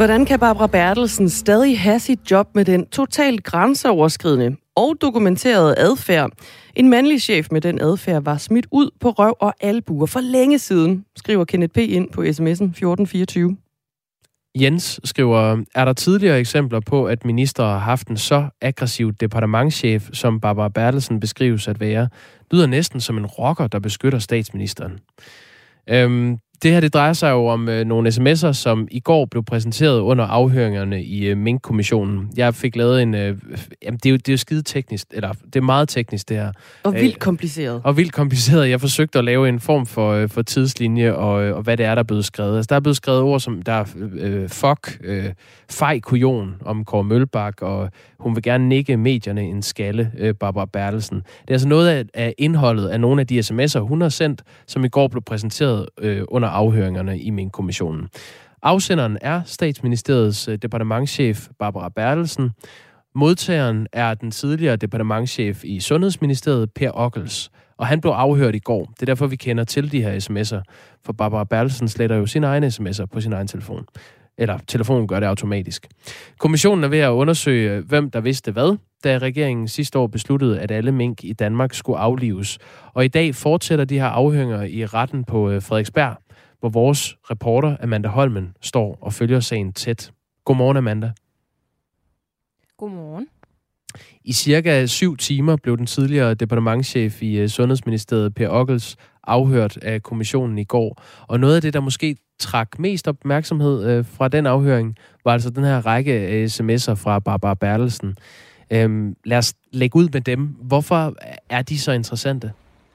Hvordan kan Barbara Bertelsen stadig have sit job med den totalt grænseoverskridende og dokumenterede adfærd? En mandlig chef med den adfærd var smidt ud på røv og albuer for længe siden, skriver Kenneth P. ind på sms'en 1424. Jens skriver, er der tidligere eksempler på, at minister har haft en så aggressiv departementschef, som Barbara Bertelsen beskrives at være? Lyder næsten som en rocker, der beskytter statsministeren. Det her, det drejer sig jo om nogle sms'er, som i går blev præsenteret under afhøringerne i Mink-kommissionen. Jeg fik lavet en... det er jo skide teknisk, eller det er meget teknisk, det her. Og vildt kompliceret. Og vildt kompliceret. Jeg forsøgte at lave en form for tidslinje, og hvad det er, der er blevet skrevet. Altså, der er blevet skrevet ord som, der er fej kujon om Kåre Mølbak, og hun vil gerne nikke medierne en skalle, Barbara Bertelsen. Det er altså noget af indholdet af nogle af de sms'er, hun har sendt, som i går blev præsenteret under afhøringerne i Mink-kommissionen. Afsenderen er Statsministeriets departementschef Barbara Bertelsen. Modtageren er den tidligere departementschef i Sundhedsministeriet, Per Ockels. Og han blev afhørt i går. Det er derfor, vi kender til de her sms'er. For Barbara Bertelsen sletter jo sine egne sms'er på sin egen telefon. Eller telefonen gør det automatisk. Kommissionen er ved at undersøge, hvem der vidste hvad, da regeringen sidste år besluttede, at alle mink i Danmark skulle aflives. Og i dag fortsætter de her afhøringer i retten på Frederiksberg, hvor vores reporter Amanda Holmen står og følger sagen tæt. Godmorgen, Amanda. Godmorgen. I cirka 7 timer blev den tidligere departementschef i Sundhedsministeriet, Per Ockels, afhørt af kommissionen i går. Og noget af det, der måske trak mest opmærksomhed fra den afhøring, var altså den her række af sms'er fra Barbara Bertelsen. Lad os lægge ud med dem. Hvorfor er de så interessante?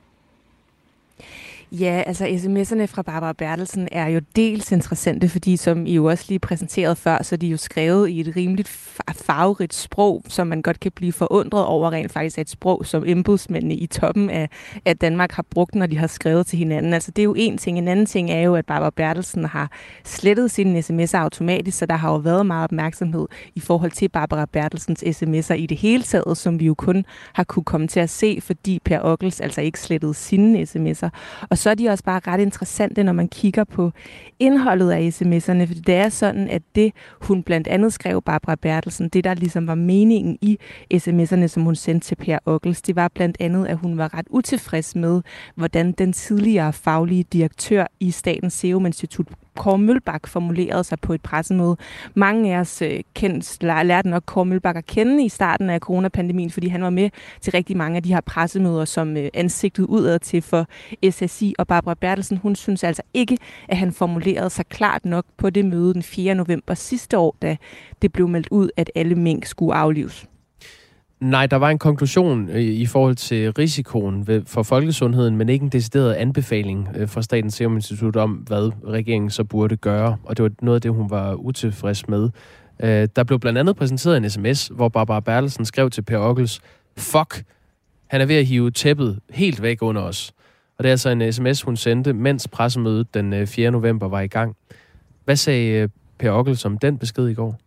Ja, altså sms'erne fra Barbara Bertelsen er jo dels interessante, fordi som I jo også lige præsenteret før, så er de jo skrevet i et rimeligt farverigt sprog, som man godt kan blive forundret over rent faktisk er et sprog, som embedsmændene i toppen af Danmark har brugt, når de har skrevet til hinanden. Altså det er jo en ting. En anden ting er jo, at Barbara Bertelsen har slettet sine sms'er automatisk, så der har jo været meget opmærksomhed i forhold til Barbara Bertelsens sms'er i det hele taget, som vi jo kun har kunne komme til at se, fordi Per Ockels altså ikke slettede sine sms'er. Og så er de også bare ret interessante, når man kigger på indholdet af sms'erne, for det er sådan, at det, hun blandt andet skrev, Barbara Bertelsen, det der ligesom var meningen i sms'erne, som hun sendte til Per Ockels, det var blandt andet, at hun var ret utilfreds med, hvordan den tidligere faglige direktør i Statens Serum Institut, Kåre Mølbak, formulerede sig på et pressemøde. Mange af os lærte nok Kåre Mølbak at kende i starten af coronapandemien, fordi han var med til rigtig mange af de her pressemøder, som ansigtet udad til for SSI. Og Barbara Bertelsen, hun synes altså ikke, at han formulerede sig klart nok på det møde den 4. november sidste år, da det blev meldt ud, at alle mink skulle aflives. Nej, der var en konklusion i forhold til risikoen for folkesundheden, men ikke en decideret anbefaling fra Statens Serum Institut om, hvad regeringen så burde gøre. Og det var noget af det, hun var utilfreds med. Der blev blandt andet præsenteret en sms, hvor Barbara Bertelsen skrev til Per Ockels, "Fuck, han er ved at hive tæppet helt væk under os." Og det er altså en sms, hun sendte, mens pressemødet den 4. november var i gang. Hvad sagde Per Ockels om den besked i går?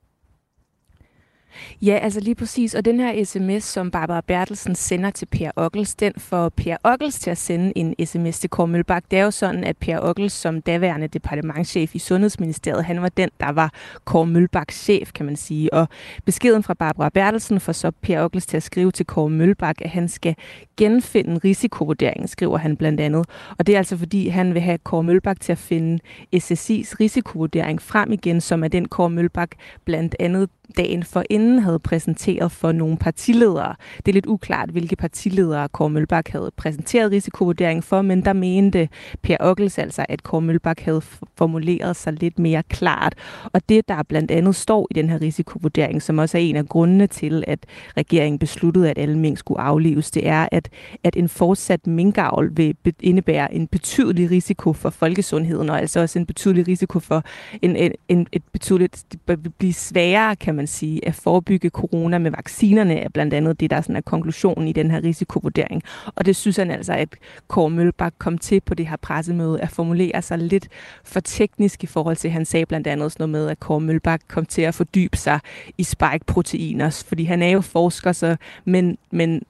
Ja, altså lige præcis. Og den her sms, som Barbara Bertelsen sender til Per Ockels, den får Per Ockels til at sende en sms til Kåre Mølbak. Det er jo sådan, at Per Ockels som daværende departementschef i Sundhedsministeriet, han var den, der var Kåre Mølbaks chef, kan man sige. Og beskeden fra Barbara Bertelsen får så Per Ockels til at skrive til Kåre Mølbak, at han skal genfinde risikovurderingen, skriver han blandt andet. Og det er altså fordi, han vil have Kåre Mølbak til at finde SSI's risikovurdering frem igen, som er den Kåre Mølbak blandt andet dagen forinden havde præsenteret for nogle partiledere. Det er lidt uklart, hvilke partiledere Kåre Mølbak havde præsenteret risikovurderingen for, men der mente Per Ockels altså, at Kåre Mølbak havde formuleret sig lidt mere klart. Og det, der blandt andet står i den her risikovurdering, som også er en af grundene til, at regeringen besluttede, at alle mink skulle aflives, det er, at en fortsat minkavl vil indebære en betydelig risiko for folkesundheden, og altså også en betydelig risiko for et betydeligt, det vil blive sværere, kan man sige, at forebygge corona med vaccinerne, er blandt andet det, der sådan er konklusionen i den her risikovurdering. Og det synes han altså, at Kåre Mølbak kom til på det her pressemøde at formulere sig lidt for teknisk i forhold til, han sagde blandt andet sådan noget med, at Kåre Mølbak kom til at fordybe sig i spike-proteiner, fordi han er jo forsker, så, men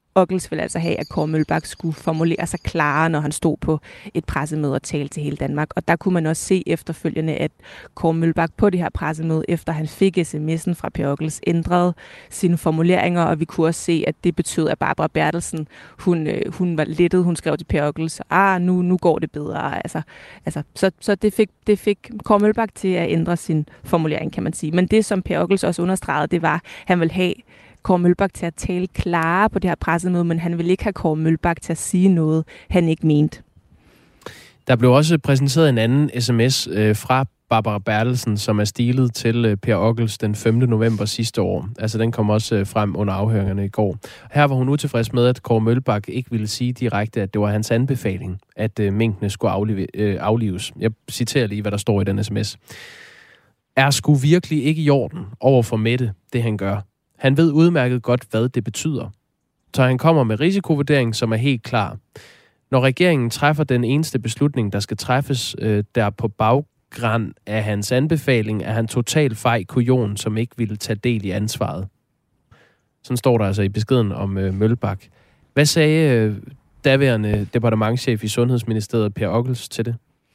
Ockels ville altså have, at Kåre Mølbak skulle formulere sig klarere, når han stod på et pressemøde og talte til hele Danmark. Og der kunne man også se efterfølgende, at Kåre Mølbak på det her pressemøde, efter han fik sms'en fra Per Ockels, ændrede sine formuleringer, og vi kunne også se, at det betød, at Barbara Bertelsen, hun var lettet, hun skrev til Per Ockels, nu går det bedre. Så det fik Kåre Mølbak til at ændre sin formulering, kan man sige. Men det, som Per Ockels også understregede, det var, at han ville have Kåre Mølbak til at tale klarere på det her pressemøde, men han ville ikke have Kåre Mølbak til at sige noget, han ikke mente. Der blev også præsenteret en anden sms fra Barbara Bertelsen, som er stilet til Per Ockels den 5. november sidste år. Altså den kom også frem under afhøringerne i går. Her var hun utilfreds med, at Kåre Mølbak ikke ville sige direkte, at det var hans anbefaling, at minkene skulle aflives. Jeg citerer lige, hvad der står i den sms. Er sgu virkelig ikke i orden over for Mette, det han gør. Han ved udmærket godt, hvad det betyder. Så han kommer med risikovurdering, som er helt klar. Når regeringen træffer den eneste beslutning, der skal træffes der på baggrund af hans anbefaling, er han totalt fej kujon, som ikke ville tage del i ansvaret. Sådan står der altså i beskeden om Mølbak. Hvad sagde daværende departementschef i Sundhedsministeriet, Per Ockels, til det?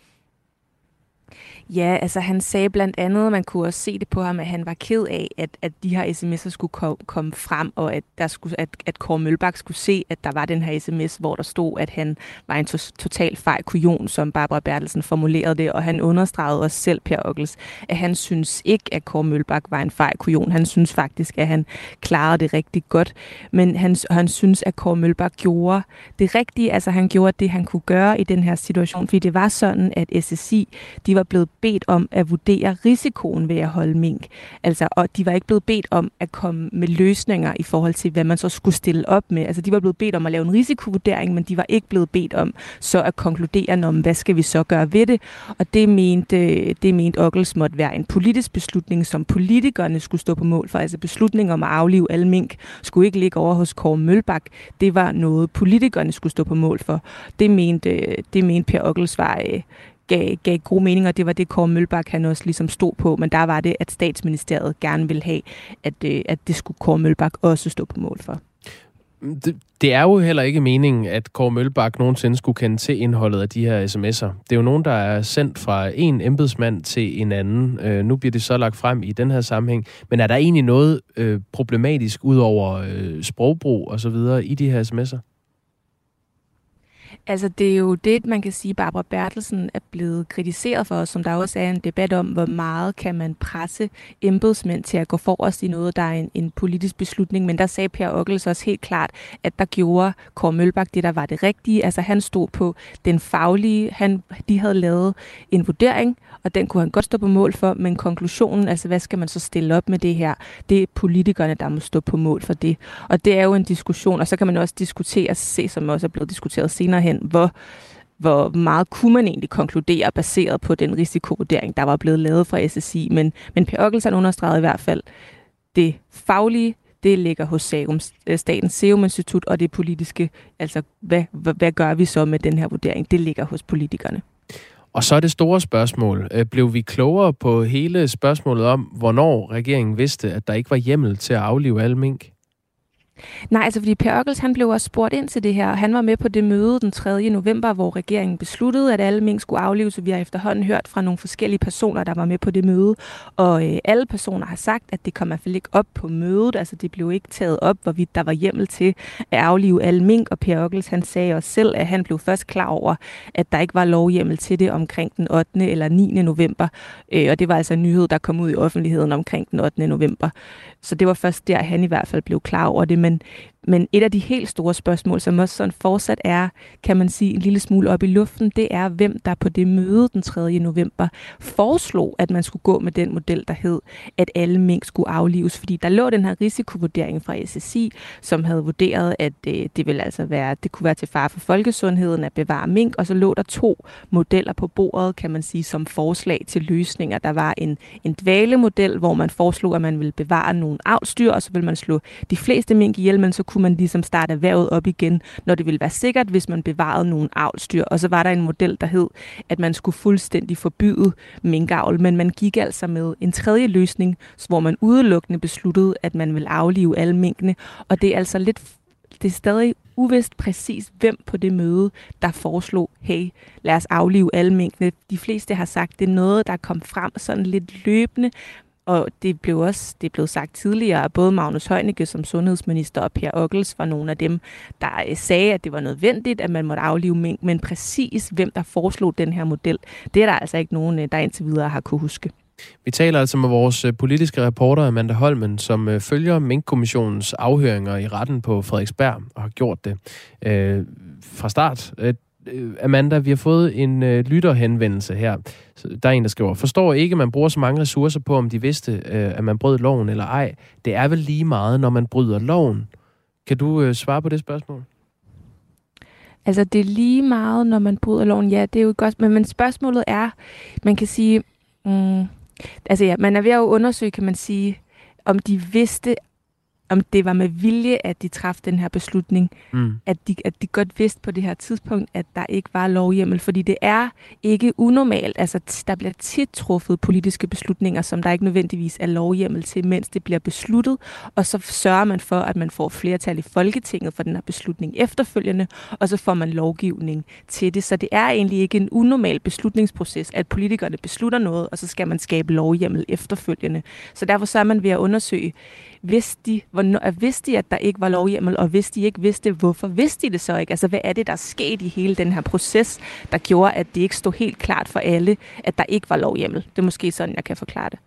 Ja, altså han sagde blandt andet, man kunne også se det på ham, at han var ked af, at de her sms'er skulle komme frem, og at Kåre Mølbak skulle se, at der var den her sms, hvor der stod, at han var en total fej kujon, som Barbara Bertelsen formulerede det, og han understregede også selv, Per Ockels, at han synes ikke, at Kåre Mølbak var en fej kujon. Han synes faktisk, at han klarede det rigtig godt, men han synes, at Kåre Mølbak gjorde det rigtige, altså han gjorde det, han kunne gøre i den her situation, fordi det var sådan, at SSI, de var blevet bedt om at vurdere risikoen ved at holde mink. Altså, og de var ikke blevet bedt om at komme med løsninger i forhold til, hvad man så skulle stille op med. Altså, de var blevet bedt om at lave en risikovurdering, men de var ikke blevet bedt om så at konkludere, om hvad skal vi så gøre ved det. Og det mente Ockels måtte være en politisk beslutning, som politikerne skulle stå på mål for. Altså, beslutningen om at aflive alle mink skulle ikke ligge over hos Kåre Mølbak. Det var noget, politikerne skulle stå på mål for. Det mente Per Ockels gav god mening, og det var det, Kåre Mølbak han også ligesom stod på, men der var det, at Statsministeriet gerne ville have, at det skulle Kåre Mølbak også stå på mål for. Det er jo heller ikke meningen, at Kåre Mølbak nogensinde skulle kende til indholdet af de her sms'er. Det er jo nogen, der er sendt fra en embedsmand til en anden. Nu bliver det så lagt frem i den her sammenhæng. Men er der egentlig noget problematisk ud over sprogbrug og så videre i de her sms'er? Altså, det er jo det, man kan sige, Barbara Bertelsen er blevet kritiseret for, som der også er en debat om, hvor meget kan man presse embedsmænd til at gå forrest i noget, der er en politisk beslutning. Men der sagde Per Ockels også helt klart, at der gjorde Kåre Mølbak det, der var det rigtige. Altså, han stod på den faglige, de havde lavet en vurdering, og den kunne han godt stå på mål for, men konklusionen, altså hvad skal man så stille op med det her, det er politikerne, der må stå på mål for det. Og det er jo en diskussion, og så kan man også diskutere, som også er blevet diskuteret senere hen, hvor meget kunne man egentlig konkludere baseret på den risikovurdering, der var blevet lavet fra SSI. Men Per Ockels han understregede i hvert fald, det faglige, det ligger hos Statens Serum Institut, og det politiske, altså hvad gør vi så med den her vurdering, det ligger hos politikerne. Og så er det store spørgsmål. Blev vi klogere på hele spørgsmålet om, hvornår regeringen vidste, at der ikke var hjemmel til at aflive alle mink? Nej, altså fordi Per Ockels, han blev også spurgt ind til det her. Han var med på det møde den 3. november, hvor regeringen besluttede, at alle mink skulle aflives. Vi har efterhånden hørt fra nogle forskellige personer, der var med på det møde. Og alle personer har sagt, at det kom i hvert fald ikke op på mødet. Altså det blev ikke taget op, hvorvidt der var hjemmel til at aflive alle mink. Og Per Ockels, han sagde også selv, at han blev først klar over, at der ikke var lovhjemmel til det omkring den 8. eller 9. november. Og det var altså en nyhed, der kom ud i offentligheden omkring den 8. november. Så det var først der, han i hvert fald blev klar over det. Men et af de helt store spørgsmål, som også sådan fortsat er, kan man sige, en lille smule op i luften, det er, hvem der på det møde den 3. november foreslog, at man skulle gå med den model, der hed, at alle mink skulle aflives. Fordi der lå den her risikovurdering fra SSI, som havde vurderet, at det ville altså være, det kunne være til fare for folkesundheden at bevare mink, og så lå der 2 modeller på bordet, kan man sige, som forslag til løsninger. Der var en dvalemodel, hvor man foreslog, at man ville bevare nogle avlsdyr, og så ville man slå de fleste mink ihjel, men så kunne man ligesom starte erhvervet op igen, når det ville være sikkert, hvis man bevarede nogle avlsdyr. Og så var der en model, der hed, at man skulle fuldstændig forbyde minkavl, men man gik altså med en tredje løsning, hvor man udelukkende besluttede, at man ville aflive alle minkene. Og det er altså det er stadig uvist præcis, hvem på det møde, der foreslog, hey, lad os aflive alle minkene. De fleste har sagt, det er noget, der kom frem sådan lidt løbende, og det blev sagt tidligere, at både Magnus Heunicke som sundhedsminister og Per Ockels var nogle af dem, der sagde, at det var nødvendigt, at man måtte aflive mink, men præcis hvem der foreslog den her model, det er der altså ikke nogen, der indtil videre har kunne huske. Vi taler altså med vores politiske reporter Amanda Holmen, som følger Minkkommissionens afhøringer i retten på Frederiksberg og har gjort det fra start. Amanda, vi har fået en lytterhenvendelse her. Der er en, der skriver, forstår ikke, at man bruger så mange ressourcer på, om de vidste, at man brød loven eller ej. Det er vel lige meget, når man bryder loven. Kan du svare på det spørgsmål? Altså, det er lige meget, når man bryder loven. Ja, det er jo godt. Men spørgsmålet er, man kan sige, man er ved at undersøge, kan man sige, om de vidste, om det var med vilje, at de traf den her beslutning, at de godt vidste på det her tidspunkt, at der ikke var lovhjemmel, fordi det er ikke unormalt. Altså, der bliver tit truffet politiske beslutninger, som der ikke nødvendigvis er lovhjemmel til, mens det bliver besluttet, og så sørger man for, at man får flertal i Folketinget for den her beslutning efterfølgende, og så får man lovgivning til det. Så det er egentlig ikke en unormal beslutningsproces, at politikerne beslutter noget, og så skal man skabe lovhjemmel efterfølgende. Så derfor så er man ved at undersøge, vidste de, at der ikke var lovhjemmel, og hvis de ikke vidste, hvorfor vidste de det så ikke? Altså, hvad er det, der er sket i hele den her proces, der gjorde, at det ikke stod helt klart for alle, at der ikke var lovhjemmel? Det er måske sådan, jeg kan forklare det.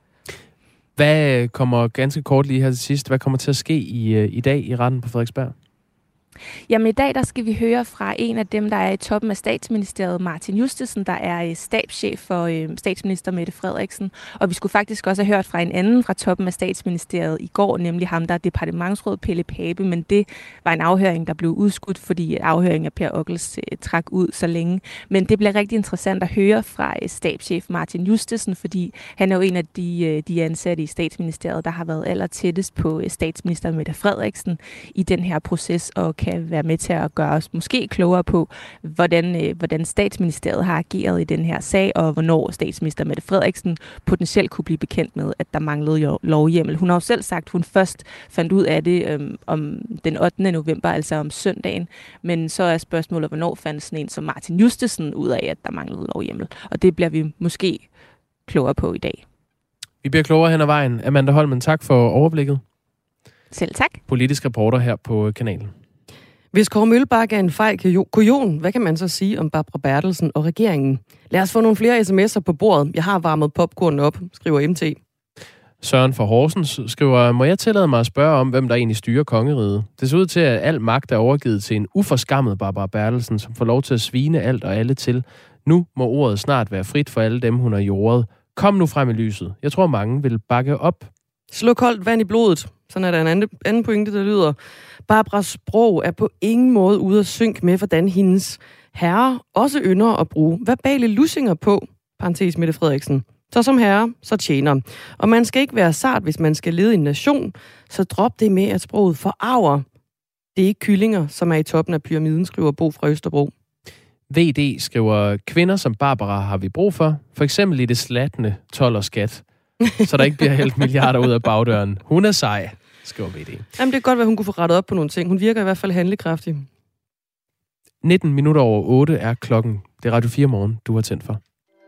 Hvad kommer ganske kort lige her til sidst? Hvad kommer til at ske i dag i retten på Frederiksberg? Jamen i dag, der skal vi høre fra en af dem, der er i toppen af Statsministeriet, Martin Justesen, der er stabschef for statsminister Mette Frederiksen. Og vi skulle faktisk også have hørt fra en anden fra toppen af Statsministeriet i går, nemlig ham, der er departementsråd Pelle Pape, men det var en afhøring, der blev udskudt, fordi afhøringen af Per Ockels trak ud så længe. Men det bliver rigtig interessant at høre fra stabschef Martin Justesen, fordi han er jo en af de ansatte i Statsministeriet, der har været allertættest på statsminister Mette Frederiksen i den her proces, og kan være med til at gøre os måske klogere på, hvordan Statsministeriet har ageret i den her sag, og hvornår statsminister Mette Frederiksen potentielt kunne blive bekendt med, at der manglede lovhjemmel. Hun har jo selv sagt, at hun først fandt ud af det om den 8. november, altså om søndagen, men så er spørgsmålet, hvornår fandt sådan en som Martin Justesen ud af, at der manglede lovhjemmel. Og det bliver vi måske klogere på i dag. Vi bliver klogere hen ad vejen. Amanda Holmen, tak for overblikket. Selv tak. Politisk reporter her på kanalen. Hvis Kåre Mølbak er en fejl kujon, hvad kan man så sige om Barbara Bertelsen og regeringen? Lad os få nogle flere sms'er på bordet. Jeg har varmet popcorn op, skriver MT. Søren fra Horsens skriver, må jeg tillade mig at spørge om, hvem der egentlig styrer kongeriget? Det ser ud til, at al magt er overgivet til en uforskammet Barbara Bertelsen, som får lov til at svine alt og alle til. Nu må ordet snart være frit for alle dem, hun har jordet. Kom nu frem i lyset. Jeg tror, mange vil bakke op. Slå koldt vand i blodet. Sådan er der en anden pointe, der lyder. Barbaras sprog er på ingen måde ude at synke med, hvordan hendes herre også ynder at bruge verbale lussinger på, parentes Mette Frederiksen. Så som herre, så tjener. Og man skal ikke være sart, hvis man skal lede en nation, så drop det med, at sproget forarver. Det er ikke kyllinger, som er i toppen af pyramiden, skriver Bo fra Østerbro. VD skriver, kvinder som Barbara har vi brug for eksempel i det slatne told og skat, så der ikke bliver hældt milliarder ud af bagdøren. Hun er sej, skriver VD. Jamen, det er godt, at hun kunne få rettet op på nogle ting. Hun virker i hvert fald handlekraftig. 19 minutter over 8 er klokken. Det er Radio 4 morgen, du har tændt for.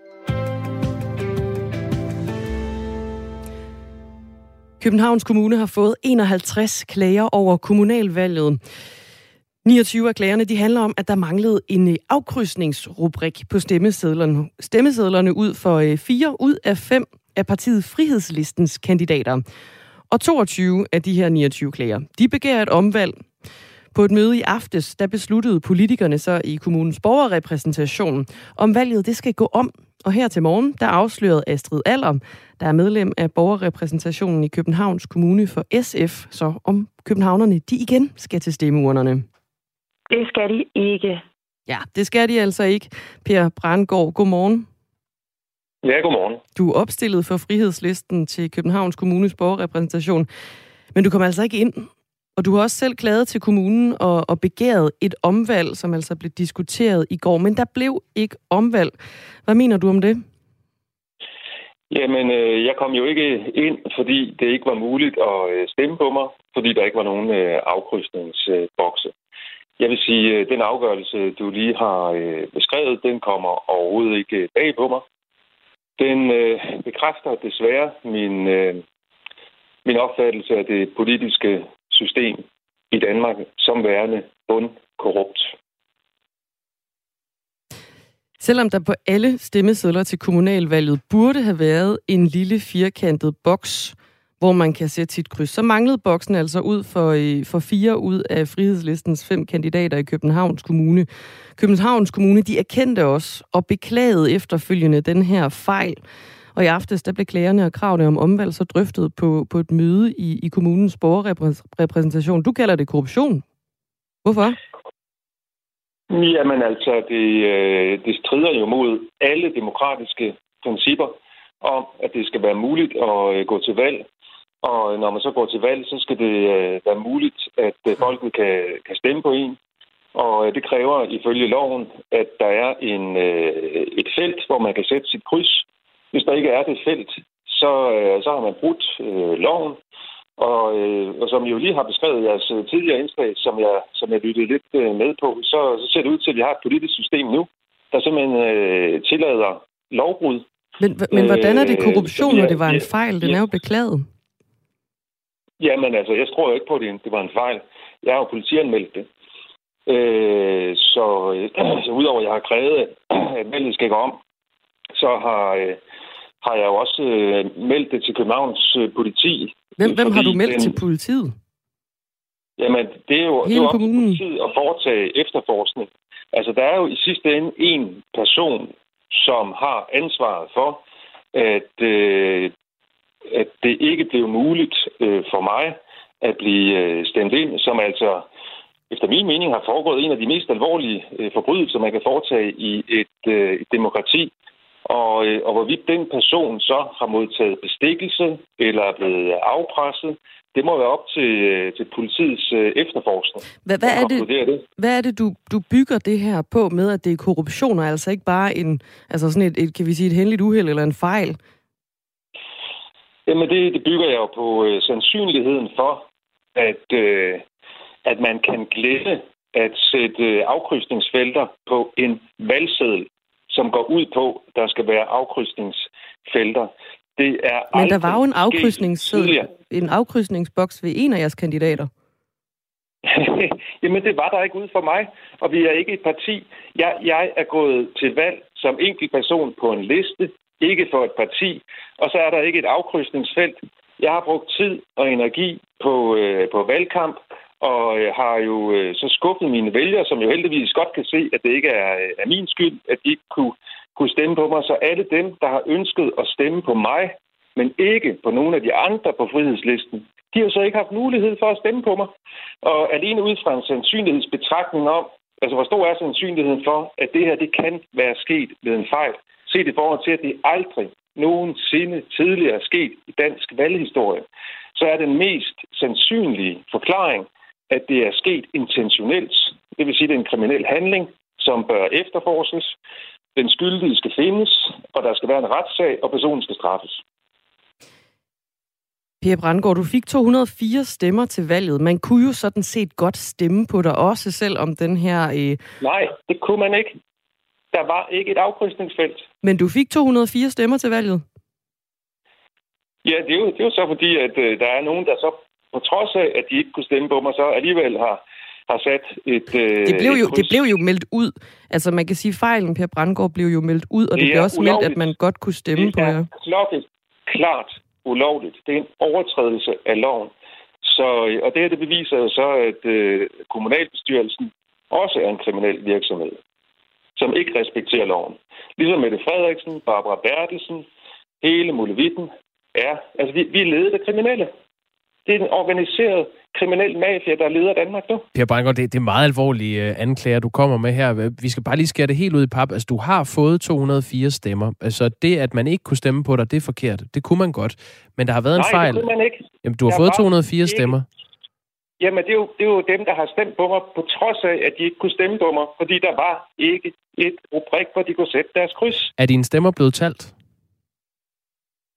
Københavns Kommune har fået 51 klager over kommunalvalget. 29 af klagerne, de handler om, at der manglede en afkrydsningsrubrik på stemmesedlerne ud for 4 ud af 5 af partiet Frihedslistens kandidater. Og 22 af de her 29 klager, de begærer et omvalg. På et møde i aftes, der besluttede politikerne så i kommunens borgerrepræsentation, om valget det skal gå om. Og her til morgen, der afslørede Astrid Aller, der er medlem af borgerrepræsentationen i Københavns Kommune for SF, så om københavnerne de igen skal til stemmeurnerne. Det skal de ikke. Ja, det skal de altså ikke. Per Brandgaard, godmorgen. Ja, godmorgen. Du er opstillet for Frihedslisten til Københavns Kommunes borgerrepræsentation, men du kommer altså ikke ind. Og du har også selv klaget til kommunen og begæret et omvalg, som altså blev diskuteret i går, men der blev ikke omvalg. Hvad mener du om det? Jamen, jeg kom jo ikke ind, fordi det ikke var muligt at stemme på mig, fordi der ikke var nogen afkrydsningsbokse. Jeg vil sige, den afgørelse, du lige har beskrevet, den kommer overhovedet ikke bag på mig. Den bekræfter desværre min opfattelse af det politiske system i Danmark som værende bundkorrupt. Selvom der på alle stemmesedler til kommunalvalget burde have været en lille firkantet boks, hvor man kan sætte sit kryds, så manglede boksen altså ud for 4 ud af Frihedslistens 5 kandidater i Københavns Kommune. Københavns Kommune, de erkendte også og beklagede efterfølgende den her fejl. Og i aftes, der blev klagerne og kravene om omvalg så drøftet på et møde i kommunens borgerrepræsentation. Du kalder det korruption. Hvorfor? Jamen altså, det strider jo mod alle demokratiske principper om, at det skal være muligt at gå til valg. Og når man så går til valg, så skal det være muligt, at folket kan stemme på en. Og det kræver ifølge loven, at der er et felt, hvor man kan sætte sit kryds. Hvis der ikke er det felt, så har man brudt loven. Og som I jo lige har beskrevet i jeres tidligere indslag, som jeg lyttede lidt med på, så ser det ud til, at vi har et politisk system nu, der simpelthen tillader lovbrud. Men hvordan er det korruption, når det var en fejl? Den er jo beklaget. Jamen altså, jeg tror jo ikke på, at det var en fejl. Jeg har jo politianmeldt det. Så udover at jeg har krævet, at valget skal gå om, så har jeg jo også meldt det til Københavns politi. Hvem har du meldt til politiet? Jamen, det er jo op til politiet at foretage efterforskning. Altså, der er jo i sidste ende en person, som har ansvaret for, at det ikke blev muligt for mig at blive stemt ind, som altså efter min mening har foregået en af de mest alvorlige forbrydelser, man kan foretage i et demokrati. Og hvorvidt den person så har modtaget bestikkelse eller er blevet afpresset, det må være op til politiets efterforskning. Hvad er det, du bygger det her på med, at det er korruption, og altså ikke bare sådan et kan vi sige, et hændeligt uheld eller en fejl? Jamen det bygger jeg jo på sandsynligheden for, at man kan glemme at sætte afkrydsningsfelter på en valgseddel, som går ud på, at der skal være afkrydsningsfelter. Det er men der var jo en afkrydsningsboks ved en af jeres kandidater. Jamen, det var der ikke ude for mig, og vi er ikke et parti. Jeg er gået til valg som enkelt person på en liste, ikke for et parti, og så er der ikke et afkrydsningsfelt. Jeg har brugt tid og energi på valgkamp, og har jo så skuffet mine vælgere, som jo heldigvis godt kan se, at det ikke er min skyld, at de ikke kunne stemme på mig. Så alle dem, der har ønsket at stemme på mig, men ikke på nogle af de andre på Frihedslisten, de har så ikke haft mulighed for at stemme på mig. Og alene ud fra en sandsynlighedsbetragtning om, altså hvor stor er sandsynligheden for, at det her det kan være sket ved en fejl, set i forhold til, at det aldrig nogensinde tidligere er sket i dansk valghistorie, så er den mest sandsynlige forklaring, at det er sket intentionelt. Det vil sige, at det er en kriminel handling, som bør efterforskes. Den skyldige skal findes, og der skal være en retssag, og personen skal straffes. Per Brandgaard, du fik 204 stemmer til valget. Man kunne jo sådan set godt stemme på dig også, selv om den her... Nej, det kunne man ikke. Der var ikke et afkrydsningsfelt. Men du fik 204 stemmer til valget? Ja, det er jo så fordi, at der er nogen, der så på trods af, at de ikke kunne stemme på mig, så alligevel har sat et... Det blev jo meldt ud. Altså man kan sige, fejlen, Per Brandgaard, blev jo meldt ud, og det blev også meldt, at man godt kunne stemme på jer. Det er klokkeklart ulovligt. Det er en overtrædelse af loven. Og det beviser jo så, at kommunalbestyrelsen også er en kriminel virksomhed, som ikke respekterer loven. Ligesom Mette Frederiksen, Barbara Bertelsen, hele Mulevitten er... Altså, vi er ledet af kriminelle. Det er en organiseret kriminel mafia, der leder Danmark nu. Per Brandgaard, det er meget alvorlige anklager, du kommer med her. Vi skal bare lige skære det helt ud i pap. Altså, du har fået 204 stemmer. Altså, det, at man ikke kunne stemme på dig, det er forkert. Det kunne man godt. Men der har været en fejl. Nej, det kunne man ikke. Jamen, du har fået 204 stemmer. Jamen, det er jo dem, der har stemt på mig, på trods af, at de ikke kunne stemme på mig. Fordi der var ikke et rubrik, hvor de kunne sætte deres kryds. Er dine stemmer blevet talt?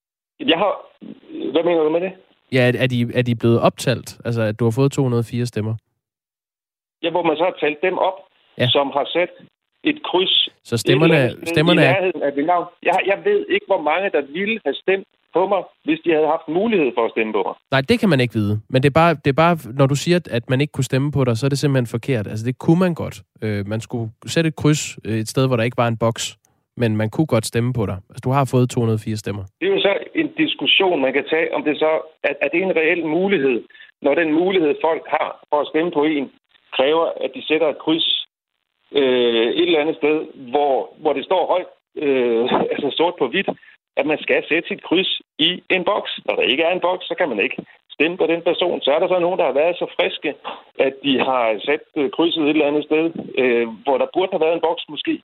Jeg har... Hvad mener du med det? Ja, er de blevet optalt? Altså, at du har fået 204 stemmer? Ja, hvor man så har talt dem op, som har sat et kryds... Så stemmerne i nærheden af det navn. Jeg ved ikke, hvor mange, der ville have stemt på mig, hvis de havde haft mulighed for at stemme på mig. Nej, det kan man ikke vide. Men det er bare når du siger, at man ikke kunne stemme på dig, så er det simpelthen forkert. Altså, det kunne man godt. Man skulle sætte et kryds et sted, hvor der ikke var en boks, men man kunne godt stemme på dig. Altså, du har fået 204 stemmer. Det er jo så en diskussion, man kan tage, om det så er det en reel mulighed, når den mulighed, folk har for at stemme på en, kræver, at de sætter et kryds et eller andet sted, hvor det står højt, altså sort på hvidt, at man skal sætte sit kryds i en boks. Når der ikke er en boks, så kan man ikke stemme på den person. Så er der så nogen, der har været så friske, at de har sat krydset et eller andet sted, hvor der burde have været en boks måske.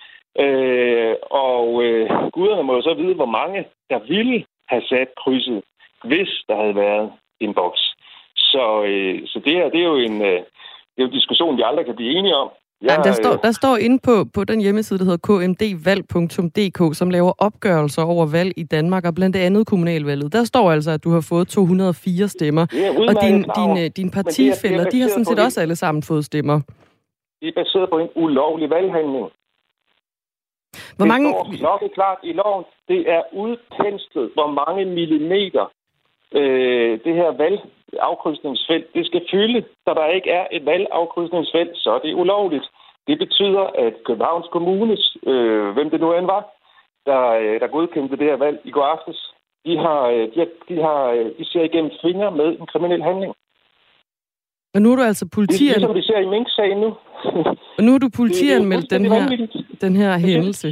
Guderne må jo så vide, hvor mange der ville have sat krydset, hvis der havde været en boks. Så det her, det er jo en diskussion, vi aldrig kan blive enige om. Der står inde på den hjemmeside, der hedder kmdvalg.dk, som laver opgørelser over valg i Danmark, og blandt andet kommunalvalget. Der står altså, at du har fået 204 stemmer, og dine partifæller, de har sådan set også alle sammen fået stemmer. Det er baseret på en ulovlig valghandling. Hvor mange... Det står klokkeklart i loven. Det er udpenslet, hvor mange millimeter det her valgafkrydsningsfelt, det skal fylde. Så der ikke er et valgafkrydsningsfelt, så er det ulovligt. Det betyder, at Københavns Kommunes, hvem det nu end var, der godkendte det her valg i går aftes, de ser igennem fingre med en kriminel handling. Og nu er du altså Det er ligesom vi ser i Mink-sagen nu. Og nu er du politianmeldt den her hændelse.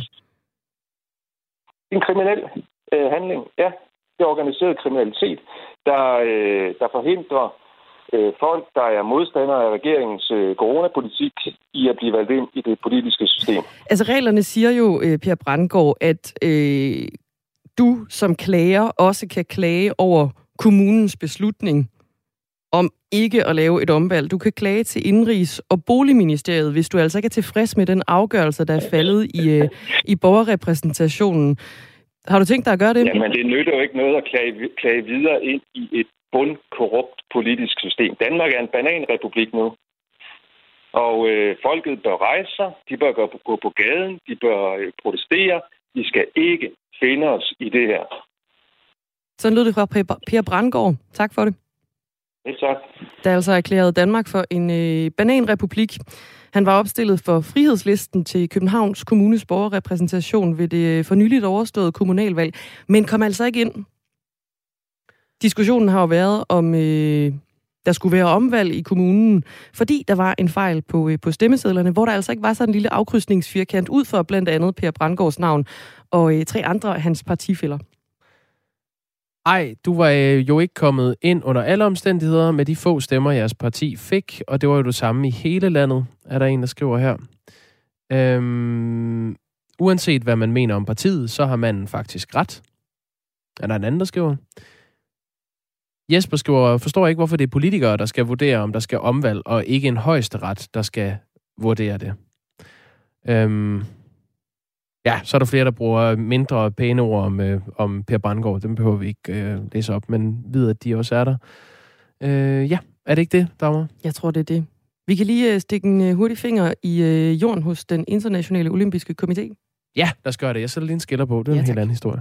En kriminel handling, ja. Det er organiseret kriminalitet, der forhindrer folk, der er modstandere af regeringens coronapolitik, i at blive valgt ind i det politiske system. Altså reglerne siger jo, Per Brandgaard, at du som klager også kan klage over kommunens beslutning om ikke at lave et omvalg. Du kan klage til Indenrigs- og Boligministeriet, hvis du altså ikke er tilfreds med den afgørelse, der er faldet i borgerrepræsentationen. Har du tænkt dig at gøre det? Jamen, det nytter jo ikke noget at klage videre ind i et bundkorrupt politisk system. Danmark er en bananrepublik nu. Og folket bør rejse sig, de bør gå på gaden, de bør protestere. De skal ikke finde os i det her. Sådan lød det fra Per Brandgaard. Tak for det. Tak. Der er altså erklæret Danmark for en bananrepublik. Han var opstillet for frihedslisten til Københavns Kommunes borgerrepræsentation ved det for nyligt overståede kommunalvalg, men kom altså ikke ind. Diskussionen har jo været, om der skulle være omvalg i kommunen, fordi der var en fejl på stemmesedlerne, hvor der altså ikke var sådan en lille afkrydsningsfirkant ud for blandt andet Per Brandgaards navn og 3 andre af hans partifæller. Ej, du var jo ikke kommet ind under alle omstændigheder med de få stemmer, jeres parti fik, og det var jo det samme i hele landet, er der en, der skriver her. Uanset hvad man mener om partiet, så har manden faktisk ret. Er der en anden, der skriver? Jesper skriver, forstår ikke, hvorfor det er politikere, der skal vurdere, om der skal omvalg, og ikke en højesteret, der skal vurdere det. Ja, så er der flere, der bruger mindre pæne ord om Per Brandgaard. Dem behøver vi ikke læse op, men ved, at de også er der. Ja, er det ikke det, Dagmar? Jeg tror, det er det. Vi kan lige stikke en hurtig finger i jorden hos den internationale olympiske komité. Ja, lad os gøre det. Jeg sætter lige en skiller på. Det er en helt anden historie.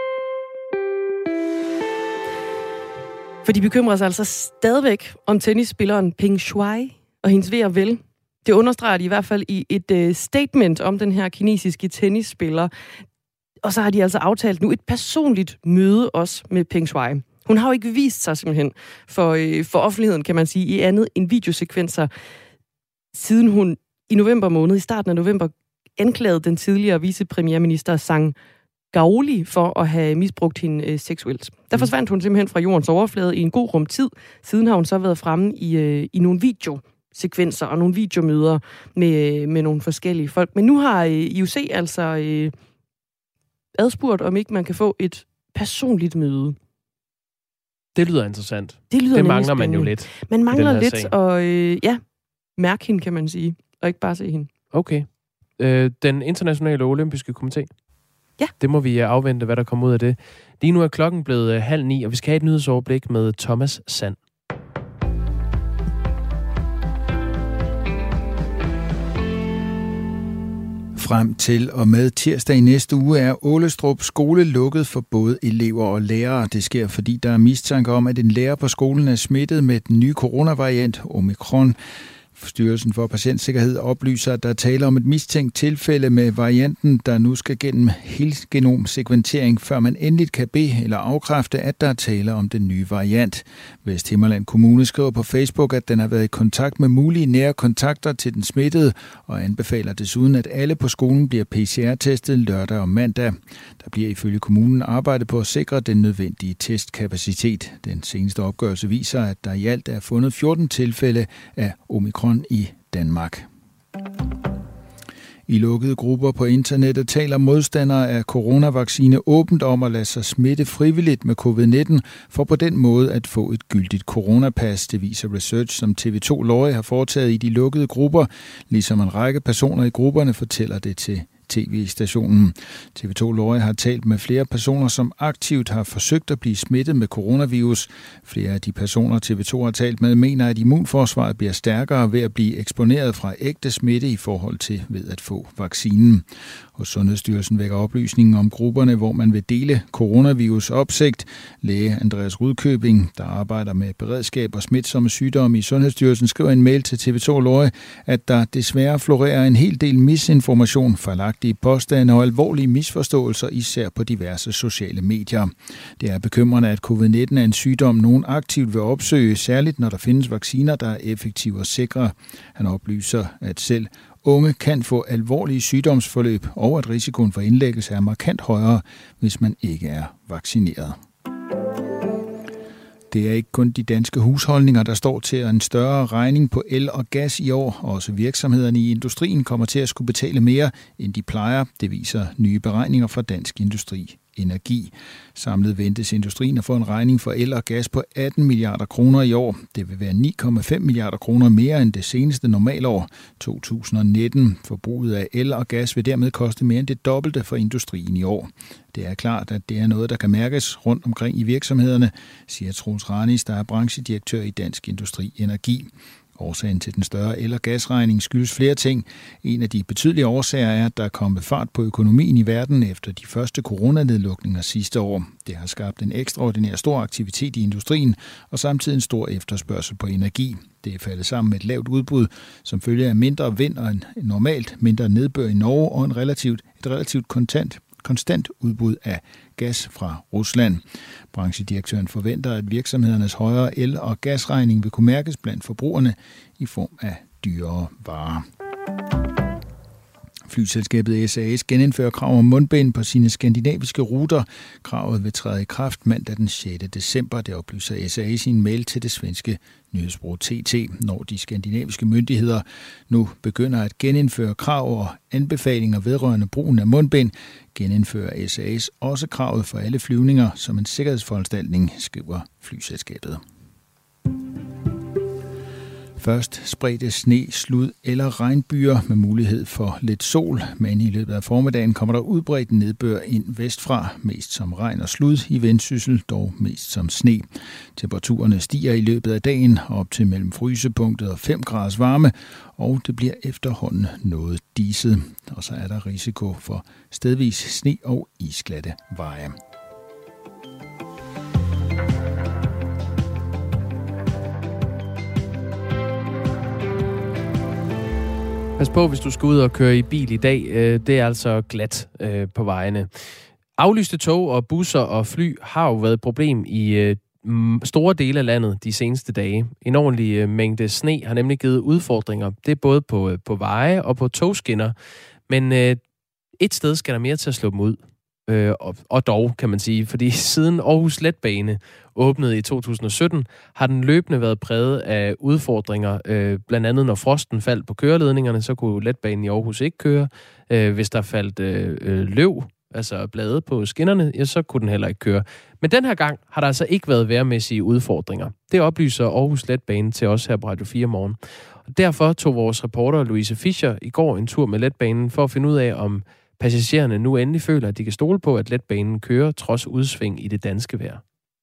For de bekymrer sig altså stadigvæk om tennisspilleren Peng Shuai og hendes ve og vel. Det understreger de i hvert fald i et statement om den her kinesiske tennisspiller. Og så har de altså aftalt nu et personligt møde også med Peng Shuai. Hun har jo ikke vist sig simpelthen for offentligheden, kan man sige, i andet end videosekvenser, siden hun i november måned, i starten af november, anklagede den tidligere vicepremierminister Zhang Gaoli for at have misbrugt hende seksuelt. Der forsvandt hun simpelthen fra jordens overflade i en god rum tid. Siden har hun så været fremme i nogle videosekvenser og nogle videomøder med nogle forskellige folk. Men nu har IOC altså adspurgt, om ikke man kan få et personligt møde. Det lyder interessant. Det mangler man jo lidt. Man mangler lidt at mærke hende, kan man sige, og ikke bare se hende. Okay. Den internationale olympiske komité? Ja. Det må vi afvente, hvad der kommer ud af det. Lige nu er klokken blevet 8:30, og vi skal have et nyhedsoverblik med Thomas Sand. Frem til og med tirsdag i næste uge er Ålestrup skole lukket for både elever og lærere. Det sker, fordi der er mistanke om, at en lærer på skolen er smittet med den nye coronavariant Omikron. Styrelsen for Patientsikkerhed oplyser, at der taler om et mistænkt tilfælde med varianten, der nu skal gennem helgenomsekventering, før man endeligt kan bede eller afkræfte, at der er tale om den nye variant. Vesthimmerland Kommune skriver på Facebook, at den har været i kontakt med mulige nære kontakter til den smittede, og anbefaler desuden, at alle på skolen bliver PCR-testet lørdag og mandag. Der bliver ifølge kommunen arbejdet på at sikre den nødvendige testkapacitet. Den seneste opgørelse viser, at der i alt er fundet 14 tilfælde af Omikron i Danmark. I lukkede grupper på internettet taler modstandere af coronavaccine åbent om at lade sig smitte frivilligt med covid-19, for på den måde at få et gyldigt coronapas. Det viser research, som TV2 Løje har foretaget i de lukkede grupper, ligesom en række personer i grupperne fortæller det til TV-stationen. TV2 Løje har talt med flere personer, som aktivt har forsøgt at blive smittet med coronavirus. Flere af de personer, TV2 har talt med, mener, at immunforsvaret bliver stærkere ved at blive eksponeret fra ægte smitte i forhold til ved at få vaccinen. Hos Sundhedsstyrelsen vækker oplysningen om grupperne, hvor man vil dele coronavirus opsigt. Læge Andreas Rudkøbing, der arbejder med beredskab og smitsomme sygdomme i Sundhedsstyrelsen, skriver en mail til TV2 Løje, at der desværre florerer en hel del misinformation, fejlagtige påstande og alvorlige misforståelser, især på diverse sociale medier. Det er bekymrende, at covid-19 er en sygdom, nogen aktivt vil opsøge, særligt når der findes vacciner, der er effektive og sikre. Han oplyser, at selv unge kan få alvorlige sygdomsforløb, og at risikoen for indlæggelse er markant højere, hvis man ikke er vaccineret. Det er ikke kun de danske husholdninger, der står til en større regning på el og gas i år. Også virksomhederne i industrien kommer til at skulle betale mere, end de plejer. Det viser nye beregninger fra Dansk Industri Energi. Samlet ventes industrien at få en regning for el og gas på 18 milliarder kroner i år. Det vil være 9,5 milliarder kroner mere end det seneste normalår, 2019. Forbruget af el og gas vil dermed koste mere end det dobbelte for industrien i år. Det er klart, at det er noget, der kan mærkes rundt omkring i virksomhederne, siger Troels Ranis, der er branchedirektør i Dansk Industri Energi. Årsagen til den større el- og gasregning skyldes flere ting. En af de betydelige årsager er, at der er kommet fart på økonomien i verden efter de første coronanedlukninger sidste år. Det har skabt en ekstraordinær stor aktivitet i industrien og samtidig en stor efterspørgsel på energi. Det er faldet sammen med et lavt udbud, som følge af mindre vind og en normalt mindre nedbør i Norge og et relativt konstant udbud af gas fra Rusland. Branchedirektøren forventer, at virksomhedernes højere el- og gasregning vil kunne mærkes blandt forbrugerne i form af dyrere varer. Flyselskabet SAS genindfører krav om mundbind på sine skandinaviske ruter. Kravet vil træde i kraft mandag den 6. december. Det oplyser SAS i en mail til det svenske nyhedsbureau TT. Når de skandinaviske myndigheder nu begynder at genindføre krav og anbefalinger vedrørende brugen af mundbind, genindfører SAS også kravet for alle flyvninger som en sikkerhedsforanstaltning, skriver flyselskabet. Først spredte sne, slud eller regnbyger med mulighed for lidt sol, men i løbet af formiddagen kommer der udbredt nedbør ind vestfra, mest som regn og slud, i Vendsyssel dog mest som sne. Temperaturerne stiger i løbet af dagen op til mellem frysepunktet og 5 graders varme, og det bliver efterhånden noget diset. Og så er der risiko for stedvis sne og isglatte veje. Pas på, hvis du skal ud og køre i bil i dag. Det er altså glat på vejene. Aflyste tog og busser og fly har jo været et problem i store dele af landet de seneste dage. En ordentlig mængde sne har nemlig givet udfordringer. Det er både på veje og på togskinner. Men et sted skal der mere til at slå dem ud. Og dog, kan man sige, fordi siden Aarhus Letbane åbnede i 2017, har den løbende været præget af udfordringer. Blandt andet, når frosten faldt på køreledningerne, så kunne letbanen i Aarhus ikke køre. Hvis der faldt løv, altså blade på skinnerne, ja, så kunne den heller ikke køre. Men den her gang har der altså ikke været vejrmæssige udfordringer. Det oplyser Aarhus Letbane til os her på Radio 4 morgen. Og derfor tog vores reporter Louise Fischer i går en tur med letbanen for at finde ud af, om passagererne nu endelig føler, at de kan stole på, at letbanen kører trods udsving i det danske vejr.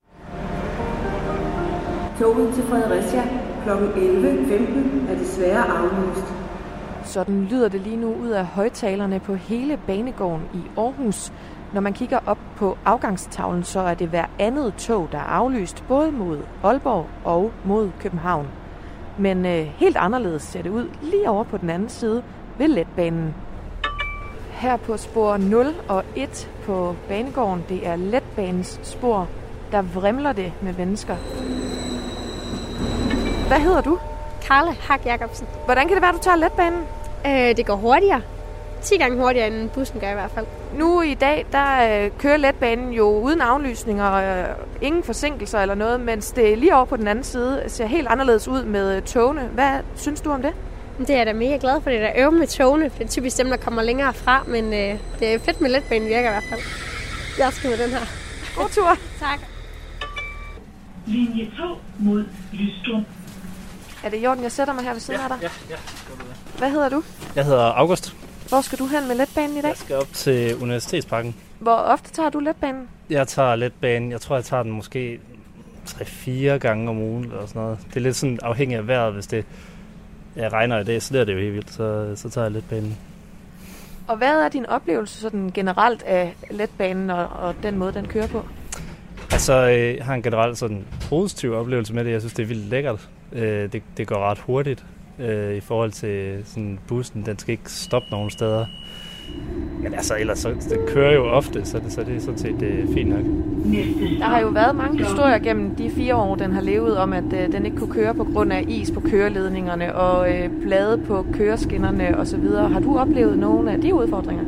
Toget til Fredericia kl. 11.15 er desværre aflyst. Sådan lyder det lige nu ud af højtalerne på hele banegården i Aarhus. Når man kigger op på afgangstavlen, så er det hver andet tog, der er aflyst, både mod Aalborg og mod København. Men helt anderledes ser det ud lige over på den anden side ved letbanen. Her på spor 0 og 1 på banegården, det er letbanens spor, der vrimler det med mennesker. Hvad hedder du? Karla Hak Jacobsen. Hvordan kan det være, du tager letbanen? Det går hurtigere. 10 gange hurtigere, end bussen gør i hvert fald. Nu i dag, der kører letbanen jo uden aflysninger, ingen forsinkelser eller noget, mens det lige over på den anden side ser helt anderledes ud med togene. Hvad synes du om det? Det er jeg da mega glad for, det der øve med togene. Det er typisk dem, der kommer længere fra, men det er fedt med letbanen virker i hvert fald. Jeg skal med den her. God tur. Tak. Linje 2 mod Lystrup. Er det i orden, jeg sætter mig her ved siden af dig? Ja. Hvad hedder du? Jeg hedder August. Hvor skal du hen med letbanen i dag? Jeg skal op til Universitetsparken. Hvor ofte tager du letbanen? Jeg tager letbanen, jeg tror, jeg tager den måske 3-4 gange om ugen eller sådan noget. Det er lidt sådan afhængigt af vejret, hvis det regner i dag, så det jo helt vildt, så tager jeg letbanen. Og hvad er din oplevelse sådan generelt af letbanen og den måde, den kører på? Altså, jeg har en generelt sådan positiv oplevelse med det. Jeg synes, det er vildt lækkert. Det går ret hurtigt i forhold til sådan bussen. Den skal ikke stoppe nogen steder. Men altså, ellers så det kører jo ofte, så det er sådan set fint nok. Der har jo været mange historier gennem de 4 år, den har levet om, at den ikke kunne køre på grund af is på køreledningerne og blade på køreskinnerne osv. Har du oplevet nogle af de udfordringer?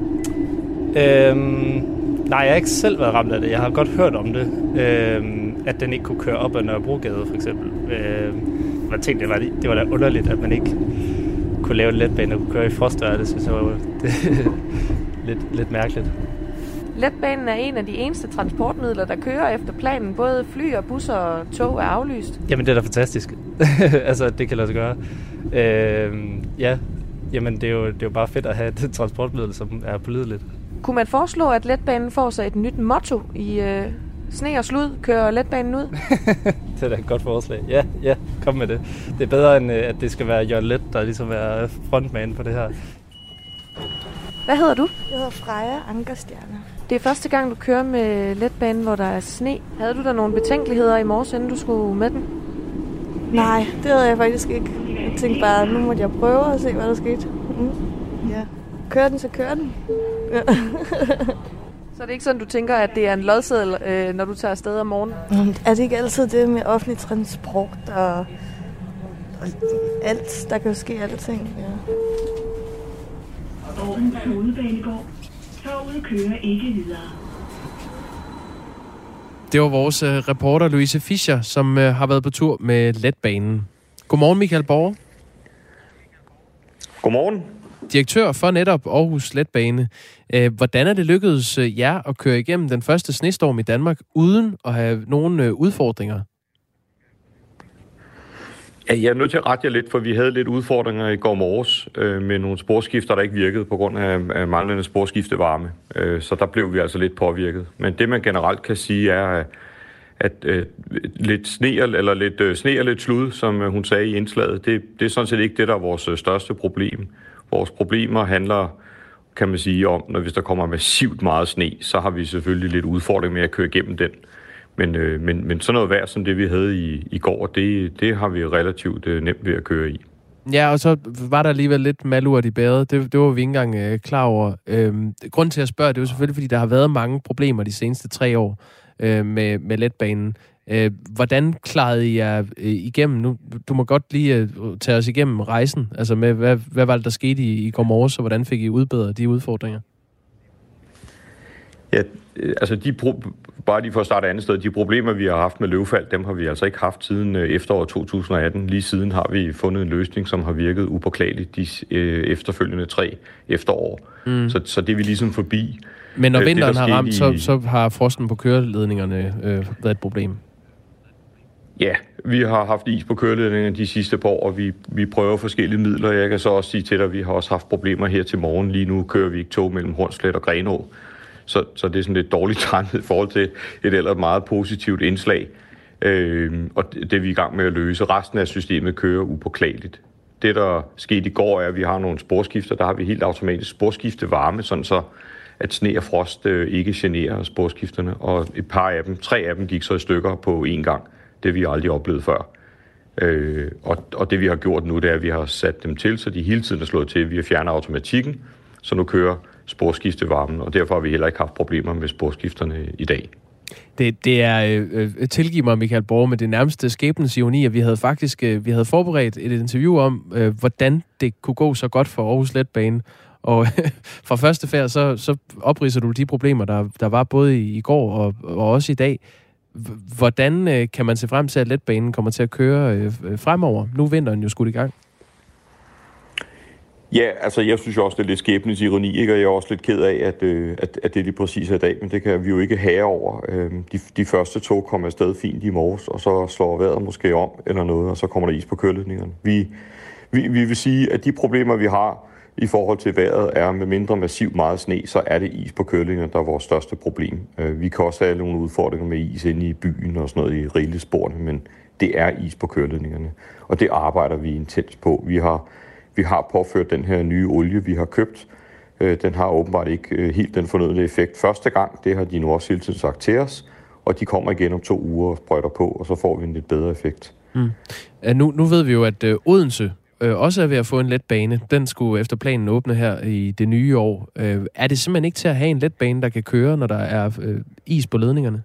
Nej, jeg har ikke selv været ramt af det. Jeg har godt hørt om det. At den ikke kunne køre op ad Nørrebrogade, for eksempel. Jeg tænkte, det var da underligt, at man ikke kunne lave en letbane og kunne køre i frostvejr. Det synes jeg var lidt mærkeligt. Letbanen er en af de eneste transportmidler, der kører efter planen. Både fly og busser og tog er aflyst. Jamen, det er da fantastisk. Altså, det kan lade sig gøre. Ja, jamen, det er jo bare fedt at have et transportmiddel, som er pålideligt. Kunne man foreslå, at letbanen får sig et nyt motto i sne og slud? Kører letbanen ud? Det er da et godt forslag. Ja, kom med det. Det er bedre, end at det skal være Jørgen Leth, der ligesom er frontman på det her. Hvad hedder du? Jeg hedder Freja Ankerstjerne. Det er første gang, du kører med letbanen, hvor der er sne. Havde du da nogle betænkeligheder i morges, inden du skulle med den? Nej, det havde jeg faktisk ikke. Jeg tænkte bare, nu måtte jeg prøve og se, hvad der skete. Ja. Kører den, så kører den. Ja. Så er det ikke sådan, du tænker, at det er en lodseddel, når du tager afsted om morgenen? Er det ikke altid det med offentlig transport og alt? Der kan jo ske alting, ja. Aarhus Hovedbanegård. Toget kører ikke videre. Det var vores reporter Louise Fischer, som har været på tur med letbanen. Godmorgen, Michael Borger. Godmorgen. Direktør for netop Aarhus Letbane. Hvordan er det lykkedes jer at køre igennem den første snestorm i Danmark, uden at have nogen udfordringer? Ja, jeg er nødt til at rette jer lidt, for vi havde lidt udfordringer i går morges med nogle sporskifter, der ikke virkede på grund af manglende sporskiftevarme. Så der blev vi altså lidt påvirket. Men det, man generelt kan sige, er, at lidt sne eller lidt slud, som hun sagde i indslaget, det er sådan set ikke det, der er vores største problem. Vores problemer handler, kan man sige, om, når hvis der kommer massivt meget sne, så har vi selvfølgelig lidt udfordring med at køre igennem den. Men sådan noget vejr som det, vi havde i går, det har vi relativt nemt ved at køre i. Ja, og så var der alligevel lidt malurt i bæret. Det var vi ikke engang klar over. Grunden til at spørge, det er jo selvfølgelig, fordi der har været mange problemer de seneste 3 år med letbanen. Hvordan klarede I jer igennem? Nu, du må godt lige tage os igennem rejsen. Altså med, hvad var det, der skete i går morges, og hvordan fik I udbedret de udfordringer? Ja, altså bare lige for at starte andet sted, de problemer, vi har haft med løvfald, dem har vi altså ikke haft siden efteråret 2018. Lige siden har vi fundet en løsning, som har virket upåklageligt de efterfølgende 3 efterår. Så det er vi ligesom forbi. Men når vinteren har ramt, så har frosten på køreledningerne været et problem? Ja, Vi har haft is på køreledningerne de sidste par år, og vi prøver forskellige midler. Jeg kan så også sige til dig, at vi har også haft problemer her til morgen. Lige nu kører vi ikke tog mellem Hornslet og Grenaa. Så det er sådan lidt dårligt tegnet i forhold til et ellers meget positivt indslag. Og det er vi i gang med at løse. Resten af systemet kører upåklageligt. Det, der skete i går, er, at vi har nogle sporskifter. Der har vi helt automatisk sporskiftevarme, sådan så at sne og frost ikke generer sporskifterne. Og et par af dem, 3 af dem, gik så i stykker på én gang. Det vi aldrig oplevet før. Og det vi har gjort nu, det er, at vi har sat dem til, så de hele tiden er slået til. Vi har fjernet automatikken, så nu kører sporskiftevarmen, og derfor har vi heller ikke haft problemer med sporskifterne i dag. Det er, tilgiv mig, Michael Borge, men det er nærmest skæbnens ironi, at vi havde forberedt et interview om, hvordan det kunne gå så godt for Aarhus Letbane. Og fra første færd, så opridser du de problemer, der var både i går og også i dag. Hvordan kan man se frem til, at letbanen kommer til at køre fremover? Nu er vinteren jo skudt i gang. Ja, altså jeg synes jo også, det er lidt skæbnens ironi, ikke? Og jeg er også lidt ked af, at det er lige præcis i dag, men det kan vi jo ikke have over. De første tog kommer afsted fint i morges, og så slår vejret måske om eller noget, og så kommer der is på køreledningerne. Vi vil sige, at de problemer, vi har i forhold til vejret, er med mindre massiv meget sne, så er det is på køreledningerne, der er vores største problem. Vi kan også have nogle udfordringer med is inde i byen og sådan noget i rilesporene, men det er is på køreledningerne, og det arbejder vi intens på. Vi har påført den her nye olie, vi har købt. Den har åbenbart ikke helt den fornødne effekt første gang. Det har de nu også hele tiden sagt til os. Og de kommer igen om 2 uger og sprøjter på, og så får vi en lidt bedre effekt. Nu ved vi jo, at Odense også er ved at få en letbane. Den skulle efter planen åbne her i det nye år. Er det simpelthen ikke til at have en letbane, der kan køre, når der er is på ledningerne?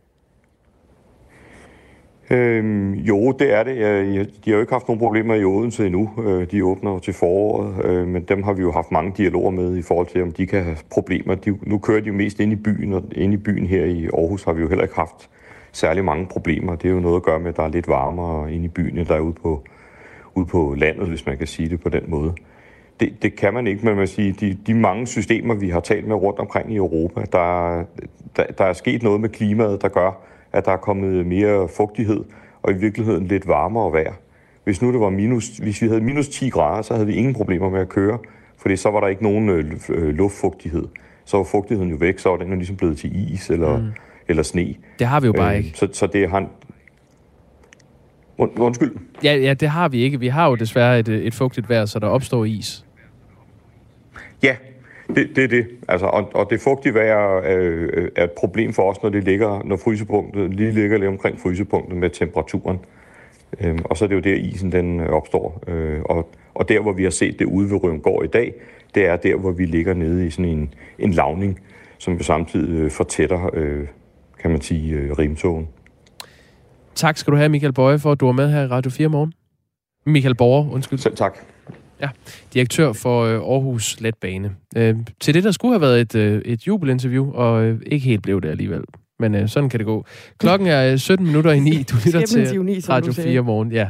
Jo, det er det. De har jo ikke haft nogen problemer i Odense endnu. De åbner jo til foråret, men dem har vi jo haft mange dialoger med i forhold til, om de kan have problemer. Nu kører de jo mest ind i byen, og inde i byen her i Aarhus har vi jo heller ikke haft særlig mange problemer. Det er jo noget at gøre med, at der er lidt varmere inde i byen, end der er ude på landet, hvis man kan sige det på den måde. Det kan man ikke, men man sige, de mange systemer, vi har talt med rundt omkring i Europa, der er sket noget med klimaet, der gør, at der er kommet mere fugtighed, og i virkeligheden lidt varmere vejr. Hvis nu det var hvis vi havde minus 10 grader, så havde vi ingen problemer med at køre, fordi så var der ikke nogen luftfugtighed. Så var fugtigheden jo væk, så var den jo ligesom blevet til is eller sne. Det har vi jo bare ikke. Så det har... Undskyld? Ja, det har vi ikke. Vi har jo desværre et fugtigt vejr, så der opstår is. Ja, det er det. Altså, og det fugtige vejr er et problem for os, når frysepunktet lige ligger lidt omkring frysepunktet med temperaturen. Og så er det jo der, isen den opstår. Og der, hvor vi har set det ude ved Rømgård i dag, det er der, hvor vi ligger nede i sådan en lavning, som samtidig fortætter, kan man sige, rimtogen. Tak skal du have, Michael Borge, for at du var med her i Radio 4 morgen. Michael Borge, undskyld. Selv tak. Ja, direktør for Aarhus Letbane. Til det, der skulle have været et jubelinterview, og ikke helt blev det alligevel. Men sådan kan det gå. Klokken er 17 minutter i 9. Du lytter til Radio 4 morgen. Ja.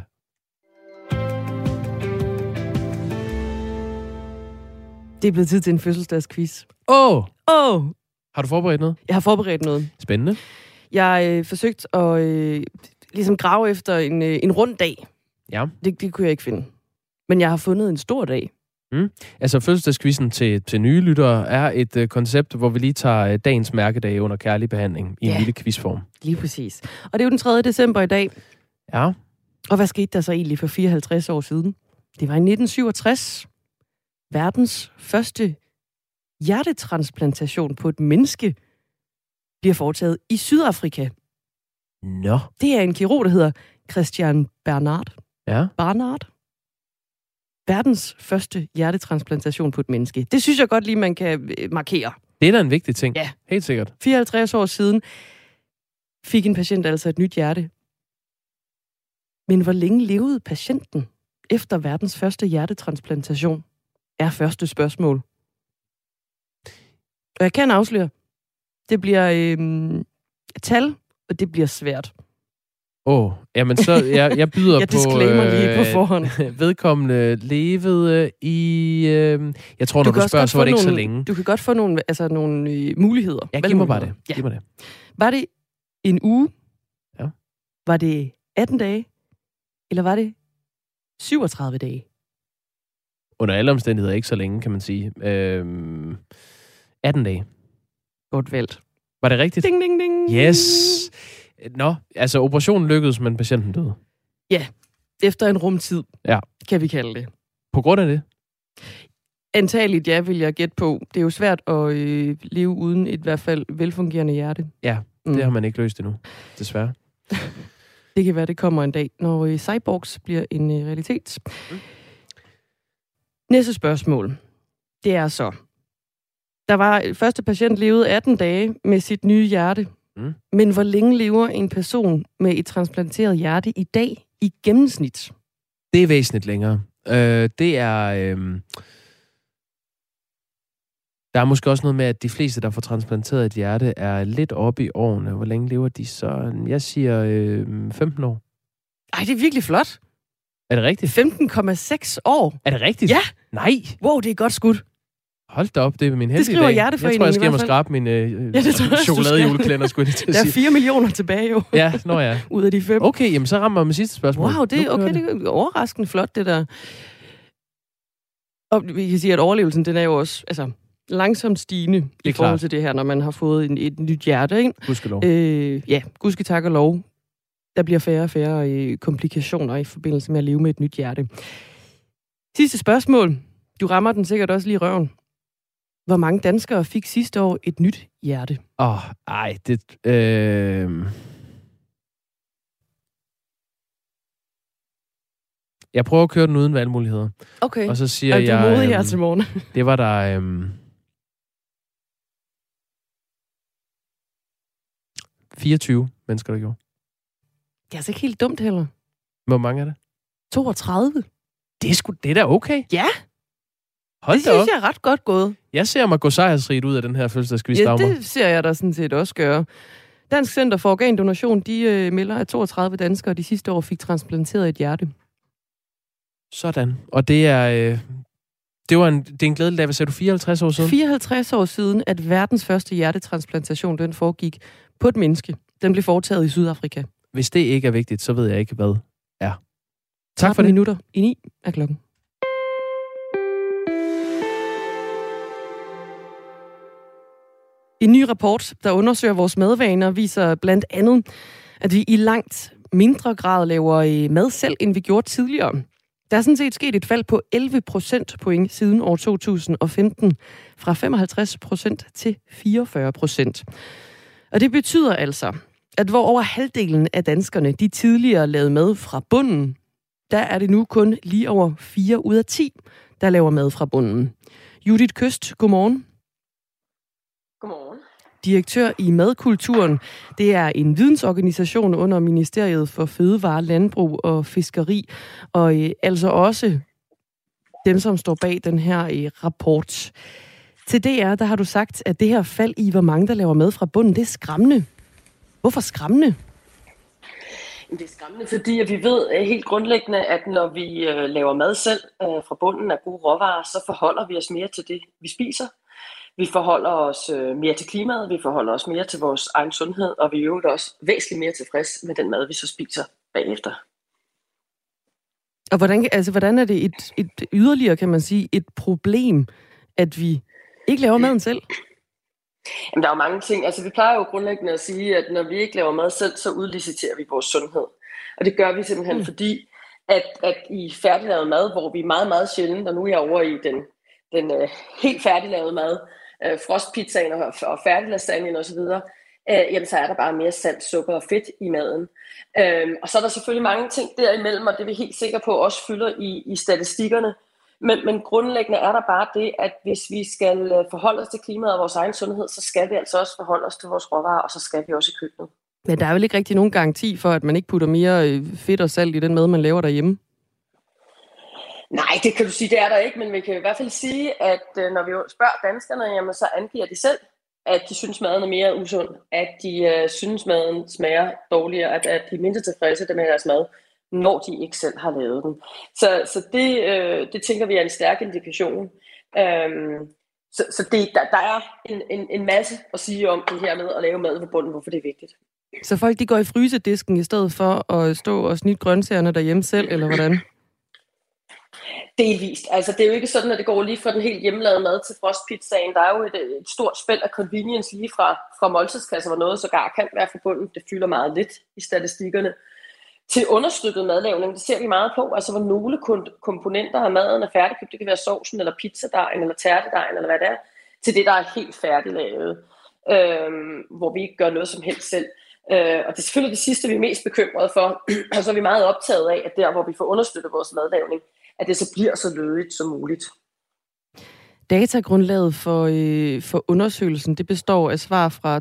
Det er blevet tid til en fødselsdagsquiz. Har du forberedt noget? Jeg har forberedt noget. Spændende. Jeg forsøgte at ligesom grave efter en rund dag. Ja. Det kunne jeg ikke finde. Men jeg har fundet en stor dag. Altså fødselsdagsquizzen til nye lyttere er et koncept, hvor vi lige tager dagens mærkedag under kærlig behandling i en lille quizform. Lige præcis. Og det er jo den 3. december i dag. Ja. Og hvad skete der så egentlig for 54 år siden? Det var i 1967. Verdens første hjertetransplantation på et menneske bliver foretaget i Sydafrika. Nå. Det er en kirurg, der hedder Christian Barnard. Ja. Barnard. Verdens første hjertetransplantation på et menneske. Det synes jeg godt lige, man kan markere. Det er da en vigtig ting. Ja. Helt sikkert. 54 år siden fik en patient altså et nyt hjerte. Men hvor længe levede patienten efter verdens første hjertetransplantation? Er første spørgsmål. Og jeg kan afsløre, det bliver tal, og det bliver svært. Jamen så, jeg byder jeg disclaimer lige på forhånd. Vedkommende levede i... jeg tror, når du spørger, så var det ikke så længe. Du kan godt få nogle muligheder. Ja, giv mig bare det. Ja. Giv mig det. Var det en uge? Ja. Var det 18 dage? Eller var det 37 dage? Under alle omstændigheder ikke så længe, kan man sige. 18 dage. Godt valgt. Var det rigtigt? Ding, ding, ding. Yes. Nå, altså operationen lykkedes, men patienten døde. Ja, efter en rumtid, ja, kan vi kalde det. På grund af det? Antageligt ja, vil jeg gætte på. Det er jo svært at leve uden et i hvert fald velfungerende hjerte. Ja, det har man ikke løst endnu, desværre. Det kan være, det kommer en dag, når cyborgs bliver en realitet. Næste spørgsmål, det er så. Der var første patient levede 18 dage med sit nye hjerte. Men hvor længe lever en person med et transplanteret hjerte i dag i gennemsnit? Det er væsentligt længere. Det er... Der er måske også noget med, at de fleste, der får transplanteret et hjerte, er lidt oppe i årene. Hvor længe lever de så? Jeg siger 15 år. Ej, det er virkelig flot. Er det rigtigt? 15,6 år. Er det rigtigt? Ja. Nej. Wow, det er godt skudt. Hold da op, det er min heldige dag. Det skriver Hjerteforeningen. Jeg tror, jeg skal hjem og skrabe min chokoladejuleklænder, skulle jeg til at sige. Der er 4 millioner tilbage jo. Ja, nå ja. Ud af de 5. Okay, jamen så rammer jeg med sidste spørgsmål. Wow, det er overraskende flot, det der. Og vi kan sige, at overlevelsen, den er jo også langsomt stigende i forhold til det her, når man har fået et nyt hjerte, ikke? Gudskelov. Ja, tak og lov. Der bliver færre og færre komplikationer i forbindelse med at leve med et nyt hjerte. Sidste spørgsmål. Du rammer den sikkert også lige i røven. Hvor mange danskere fik sidste år et nyt hjerte? Jeg prøver at køre den uden valgmuligheder. Okay. Og så siger jeg... Du er modig her til morgen. Det var der... 24 mennesker, der gjorde. Det er altså ikke helt dumt heller. Hvor mange er det? 32. Det er da okay. Ja. Hold det synes jeg er ret godt gået. Jeg ser mig gå sejrsrigt ud af den her fødselsdagsquiz, Dagmar. Ja, det ser jeg da sådan set også gøre. Dansk Center for Organdonation, de melder, at 32 danskere de sidste år fik transplanteret et hjerte. Sådan. Og det er... Det er en glædelig dag. Hvad sagde du? 54 år siden? 54 år siden, at verdens første hjertetransplantation, den foregik på et menneske. Den blev foretaget i Sydafrika. Hvis det ikke er vigtigt, så ved jeg ikke, hvad er. Tak for det. minutter i 9 er klokken. En ny rapport, der undersøger vores madvaner, viser blandt andet, at vi i langt mindre grad laver mad selv, end vi gjorde tidligere. Der er sådan set sket et fald på 11 procentpoint siden år 2015, fra 55% til 44%. Og det betyder altså, at hvor over halvdelen af danskerne, de tidligere lavede mad fra bunden, der er det nu kun lige over 4 ud af 10, der laver mad fra bunden. Judith Køst, godmorgen. Godmorgen. Direktør i Madkulturen. Det er en vidensorganisation under Ministeriet for Fødevare, Landbrug og Fiskeri, og altså også dem, som står bag den her rapport. Til DR, der har du sagt, at det her fald i, hvor mange der laver mad fra bunden, det er skræmmende. Hvorfor skræmmende? Det er skræmmende, fordi vi ved helt grundlæggende, at når vi laver mad selv fra bunden af gode råvarer, så forholder vi os mere til det, vi spiser. Vi forholder os mere til klimaet, vi forholder os mere til vores egen sundhed, og vi er jo også væsentligt mere tilfreds med den mad, vi så spiser bagefter. Og hvordan er det et yderligere, kan man sige, et problem, at vi ikke laver maden selv? Jamen, der er jo mange ting. Altså, vi plejer jo grundlæggende at sige, at når vi ikke laver mad selv, så udliciterer vi vores sundhed. Og det gør vi simpelthen fordi, at i færdiglavet mad, hvor vi meget, meget sjældent, og nu er jeg over i den helt færdiglavede mad, frostpizzaen og færdiglasagnen osv., jamen så er der bare mere salt, sukker og fedt i maden. Og så er der selvfølgelig mange ting derimellem, og det er vi helt sikre på også fylder i statistikkerne. Men grundlæggende er der bare det, at hvis vi skal forholde os til klimaet og vores egen sundhed, så skal vi altså også forholde os til vores råvarer, og så skal vi også i køkkenet. Men der er vel ikke rigtig nogen garanti for, at man ikke putter mere fedt og salt i den mad, man laver derhjemme? Nej, det kan du sige, det er der ikke, men vi kan i hvert fald sige, at når vi spørger danskerne, jamen, så angiver de selv, at de synes, maden er mere usund, at de synes, maden smager dårligere, at de er mindre tilfredse med deres mad, når de ikke selv har lavet den. Så det tænker vi er en stærk indikation. Så der er en masse at sige om det her med at lave mad på bunden, hvorfor det er vigtigt. Så folk de går i frysedisken i stedet for at stå og snitte grøntsagerne derhjemme selv, eller hvordan? Delvist. Altså, det er jo ikke sådan, at det går lige fra den helt hjemmelavede mad til frostpizzaen. Der er jo et stort spænd af convenience lige fra måltidskasser, hvor noget sågar kan være forbundet. Det fylder meget lidt i statistikkerne. Til understøttet madlavning, det ser vi meget på. Altså, hvor nogle komponenter af maden er færdigkøbt. Det kan være sovsen, eller pizzadejen, eller tærtedejen, eller hvad det er. Til det, der er helt færdiglavet. Hvor vi ikke gør noget som helst selv. Og det er selvfølgelig det sidste, vi er mest bekymrede for. Og så er vi meget optaget af, at der, hvor vi får understøttet vores madlavning, at det så bliver så lødigt som muligt. Datagrundlaget for undersøgelsen, det består af svar fra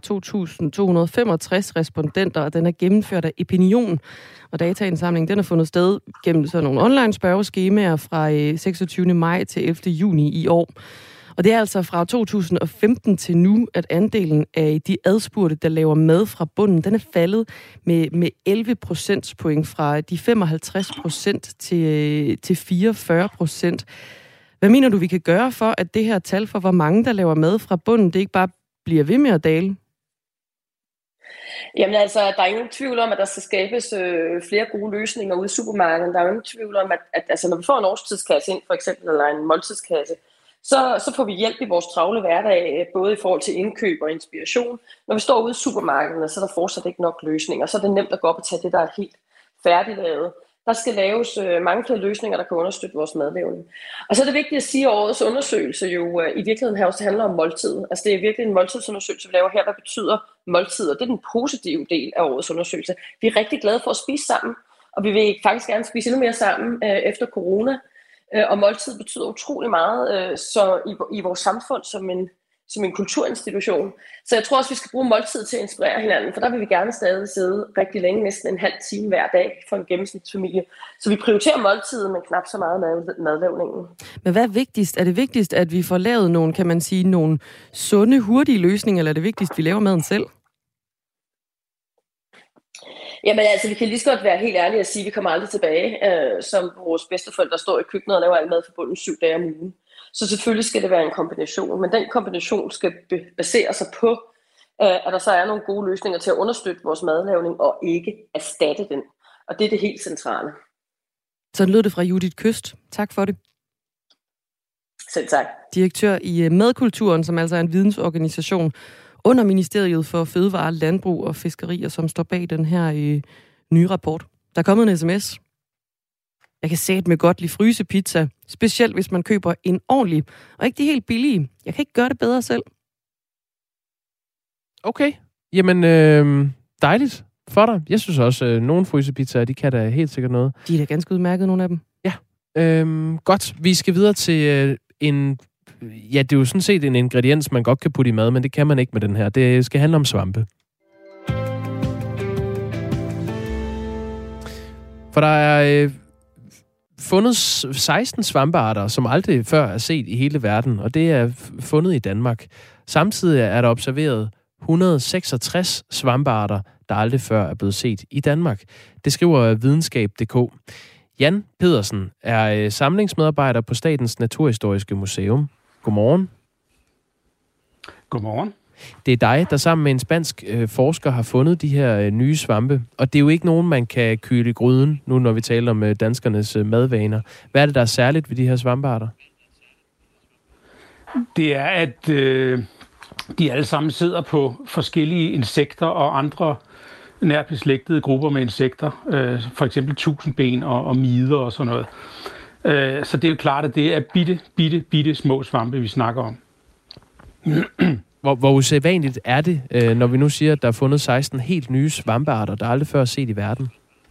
2.265 respondenter, og den er gennemført af Epinion. Og dataindsamlingen, den er fundet sted gennem sådan nogle online spørgeskemaer fra 26. maj til 11. juni i år. Og det er altså fra 2015 til nu, at andelen af de adspurgte, der laver mad fra bunden, den er faldet med 11 procentpoint fra de 55% til 44%. Hvad mener du, vi kan gøre for, at det her tal for, hvor mange der laver mad fra bunden, det ikke bare bliver ved med at dale? Jamen altså, der er ingen tvivl om, at der skal skabes flere gode løsninger ude i supermarkedet. Der er jo ingen tvivl om, at altså, når vi får en årstidskasse ind, for eksempel, eller en måltidskasse, så får vi hjælp i vores travle hverdag, både i forhold til indkøb og inspiration. Når vi står ude i supermarkederne, så er der fortsat ikke nok løsninger. Så er det nemt at gå op og tage det, der er helt færdiglavet. Der skal laves mange flere løsninger, der kan understøtte vores madlavning. Og så er det vigtigt at sige, at årets undersøgelse jo i virkeligheden her også handler om måltid. Altså det er virkelig en måltidsundersøgelse, vi laver her. Hvad betyder måltider? Det er den positive del af årets undersøgelse. Vi er rigtig glade for at spise sammen, og vi vil faktisk gerne spise endnu mere sammen efter corona. Og måltid betyder utrolig meget så i vores samfund som en kulturinstitution. Så jeg tror også, vi skal bruge måltid til at inspirere hinanden, for der vil vi gerne stadig sidde rigtig længe, næsten en halv time hver dag for en gennemsnitsfamilie. Så vi prioriterer måltiden, men knap så meget madlavningen. Men hvad er vigtigst? Er det vigtigst, at vi får lavet nogle, kan man sige, nogle sunde, hurtige løsninger, eller er det vigtigst, at vi laver maden selv? Jamen altså, vi kan lige så godt være helt ærlige og sige, at vi kommer aldrig tilbage, som vores bedsteforældre står i køkkenet og laver al mad forbundet 7 dage om ugen. Så selvfølgelig skal det være en kombination, men den kombination skal basere sig på, at der så er nogle gode løsninger til at understøtte vores madlavning og ikke erstatte den. Og det er det helt centrale. Så lød det fra Judith Køst. Tak for det. Selv tak. Direktør i Madkulturen, som altså er en vidensorganisation under Ministeriet for Fødevare, Landbrug og Fiskeri, og som står bag den her nye rapport. Der er kommet en sms. Jeg kan satme godt lide frysepizza, specielt hvis man køber en ordentlig, og ikke de helt billige. Jeg kan ikke gøre det bedre selv. Okay, jamen dejligt for dig. Jeg synes også, nogle frysepizzaer, de kan da helt sikkert noget. De er da ganske udmærket, nogle af dem. Ja, godt. Vi skal videre til ja, det er jo sådan set en ingrediens, man godt kan putte i mad, men det kan man ikke med den her. Det skal handle om svampe. For der er fundet 16 svampearter, som aldrig før er set i hele verden, og det er fundet i Danmark. Samtidig er der observeret 166 svampearter, der aldrig før er blevet set i Danmark. Det skriver videnskab.dk. Jan Pedersen er samlingsmedarbejder på Statens Naturhistoriske Museum. Godmorgen. Godmorgen. Det er dig, der sammen med en spansk forsker har fundet de her nye svampe. Og det er jo ikke nogen, man kan kyle i gryden, nu når vi taler om danskernes madvaner. Hvad er det, der er særligt ved de her svampearter? Det er, at de alle sammen sidder på forskellige insekter og andre nært beslægtede grupper med insekter. For eksempel tusindben og mider og sådan noget. Så det er jo klart, at det er bitte små svampe, vi snakker om. Hvor usædvanligt er det, når vi nu siger, at der er fundet 16 helt nye svampearter, der aldrig før er set i verden?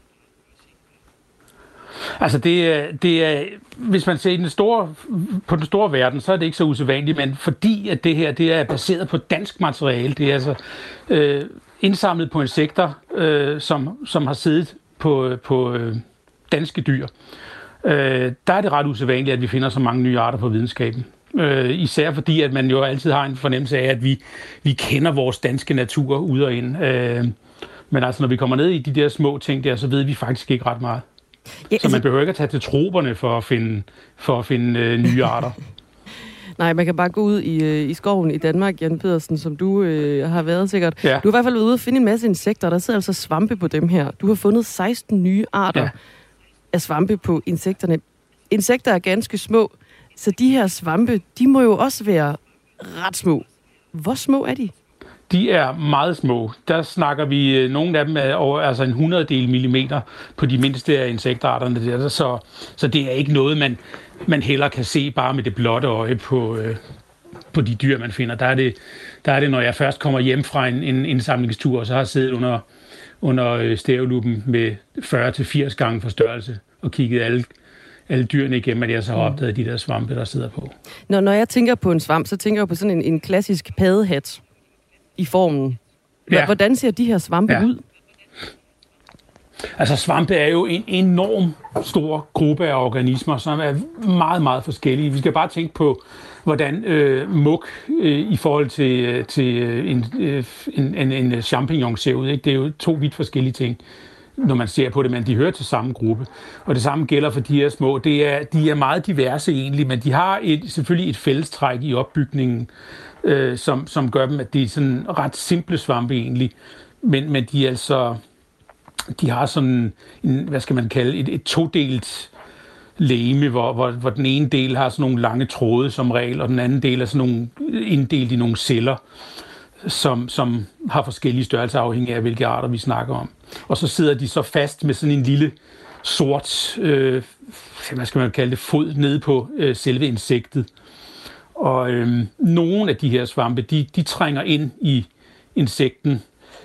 Altså det er, hvis man ser på den store verden, så er det ikke så usædvanligt, men fordi at det her det er baseret på dansk materiale, det er altså indsamlet på insekter, som har siddet på danske dyr. Der er det ret usædvanligt, at vi finder så mange nye arter på videnskaben. Især fordi, at man jo altid har en fornemmelse af, at vi kender vores danske natur ud og ind. Men altså, når vi kommer ned i de der små ting der, så ved vi faktisk ikke ret meget. Ja, så man behøver ikke at tage til troperne for at finde nye arter. Nej, man kan bare gå ud i skoven i Danmark, Jan Pedersen, som du har været sikkert. Ja. Du har i hvert fald været ude og finde en masse insekter, der sidder altså svampe på dem her. Du har fundet 16 nye arter af svampe på insekterne. Insekter er ganske små, så de her svampe, de må jo også være ret små. Hvor små er de? De er meget små. Der snakker vi, nogle af dem er over altså en 100-del millimeter på de mindste af insektarterne der. Så det er ikke noget, man heller kan se bare med det blotte øje på de dyr, man finder. Der er det, når jeg først kommer hjem fra en indsamlingstur, og så har jeg siddet under stereolupen med 40-80 gange forstørrelse og kigget alle dyrene igennem, at jeg så har opdaget de der svampe, der sidder på. Når jeg tænker på en svamp, så tænker jeg på sådan en klassisk paddehat i formen. Hvordan ser de her svampe ud? Altså svampe er jo en enorm stor gruppe af organismer, som er meget, meget forskellige. Vi skal bare tænke på, hvordan muk i forhold til en champignon ser ud. Ikke? Det er jo 2 vidt forskellige ting, når man ser på det, men de hører til samme gruppe. Og det samme gælder for de her små. De er meget diverse egentlig, men de har selvfølgelig et fællestræk i opbygningen, som gør dem, at de er sådan ret simple svampe egentlig. Men de altså... De har sådan hvad skal man kalde, et todelt legeme, hvor den ene del har sådan nogle lange tråde som regel, og den anden del er sådan nogle inddelt i nogle celler, som har forskellige størrelser afhængig af, hvilke arter vi snakker om. Og så sidder de så fast med sådan en lille sort, hvad skal man kalde det, fod nede på selve insektet. Og nogle af de her svampe, de trænger ind i insekten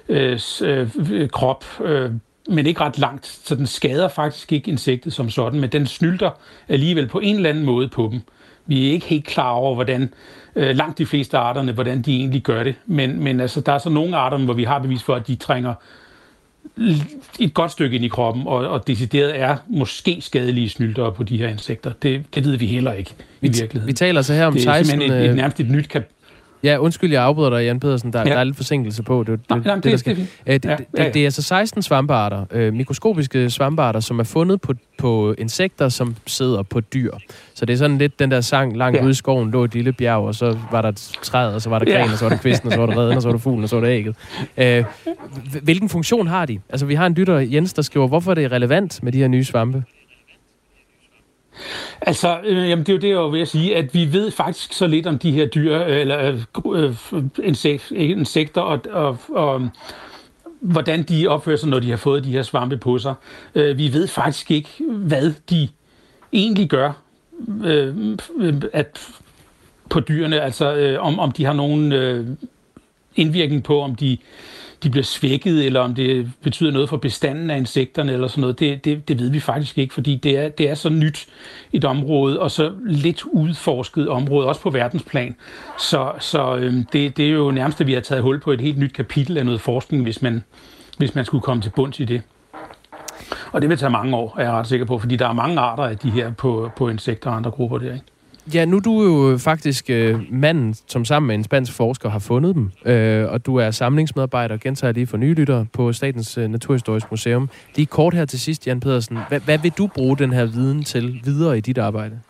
krop, men ikke ret langt, så den skader faktisk ikke insektet som sådan, men den snylter alligevel på en eller anden måde på dem. Vi er ikke helt klar over, hvordan langt de fleste arterne, hvordan de egentlig gør det, men altså, der er så nogle arter, hvor vi har bevis for, at de trænger et godt stykke ind i kroppen, og decideret er måske skadelige snyltere på de her insekter. Det ved vi heller ikke i virkeligheden. Vi taler så her om 16... Det er simpelthen nærmest et nyt Ja, undskyld, jeg afbryder dig, Jan Pedersen. Der er lidt forsinkelse på. Det er altså 16 svampearter, mikroskopiske svampearter, som er fundet på insekter, som sidder på dyr. Så det er sådan lidt den der sang, langt ude i skoven lå et lille bjerg, og så var der træet, og så var der gren, og så var der kvisten, og så var der reden, og så var der fuglen, og så var der ægget. Hvilken funktion har de? Altså, vi har en lytter, Jens, der skriver, hvorfor er det relevant med de her nye svampe? Altså, jamen det er jo det, jeg var ved at sige, at vi ved faktisk så lidt om de her dyr, eller insekter, og hvordan de opfører sig, når de har fået de her svampe på sig. Vi ved faktisk ikke, hvad de egentlig gør på dyrene, altså om de har nogen indvirkning på, om de bliver svækket, eller om det betyder noget for bestanden af insekterne, eller sådan noget. Det ved vi faktisk ikke, fordi det er så nyt et område, og så lidt udforsket område, også på verdensplan. Så det er jo nærmest, at vi har taget hul på et helt nyt kapitel af noget forskning, hvis man skulle komme til bunds i det. Og det vil tage mange år, er jeg ret sikker på, fordi der er mange arter af de her på insekter og andre grupper der, ikke? Ja, nu er du jo faktisk manden, som sammen med en spansk forsker har fundet dem, og du er samlingsmedarbejder, gentager lige for nye lyttere, på Statens Naturhistorisk Museum. Lige kort her til sidst, Jan Pedersen. Hvad vil du bruge den her viden til videre i dit arbejde?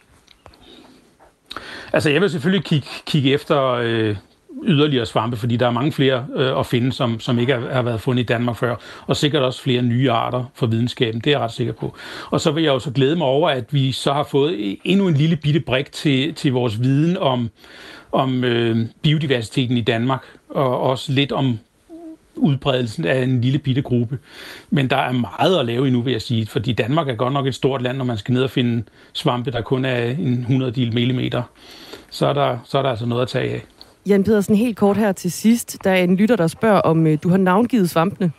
Altså, jeg vil selvfølgelig kigge efter yderligere svampe, fordi der er mange flere at finde, som ikke har været fundet i Danmark før, og sikkert også flere nye arter for videnskaben, det er jeg ret sikker på. Og så vil jeg jo så glæde mig over, at vi så har fået endnu en lille bitte brik til vores viden om biodiversiteten i Danmark, og også lidt om udbredelsen af en lille bitte gruppe. Men der er meget at lave endnu, vil jeg sige, fordi Danmark er godt nok et stort land, når man skal ned og finde svampe, der kun er en 100 millimeter. Så er der altså noget at tage af. Jan Pedersen, helt kort her til sidst. Der er en lytter, der spørger, om du har navngivet svampene.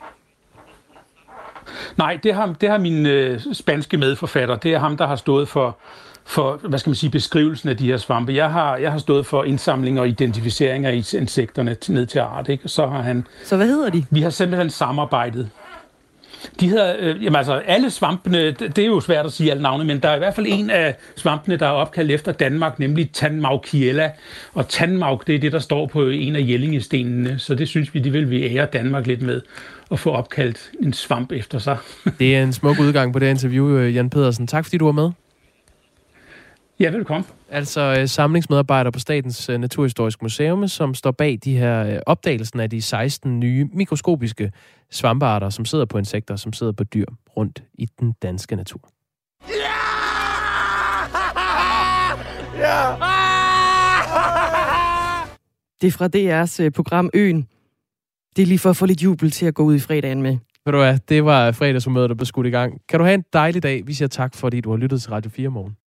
Nej, det har min spanske medforfatter. Det er ham, der har stået for hvad skal man sige, beskrivelsen af de her svampe. Jeg har stået for indsamling og identificering af insekterne ned til art, ikke? Så hvad hedder de? Vi har simpelthen samarbejdet. De hedder, jamen altså, alle svampene, det er jo svært at sige alle navne, men der er i hvert fald en af svampene, der er opkaldt efter Danmark, nemlig Tanmauchiella. Og Tanmauk, det er det, der står på en af Jellingestenene, så det synes vi, det vil vi ære Danmark lidt med at få opkaldt en svamp efter sig. Det er en smuk udgang på det interview, Jan Pedersen. Tak fordi du var med. Ja, velkommen. Altså samlingsmedarbejder på Statens Naturhistoriske Museum, som står bag de her opdagelsen af de 16 nye mikroskopiske svampearter, som sidder på insekter, som sidder på dyr rundt i den danske natur. Det er fra DR's program Øen. Det er lige for at få lidt jubel til at gå ud i fredagen med. Ved du hvad, det var fredagshumøret, der blev skudt i gang. Kan du have en dejlig dag. Vi siger tak, fordi du har lyttet til Radio 4 morgen.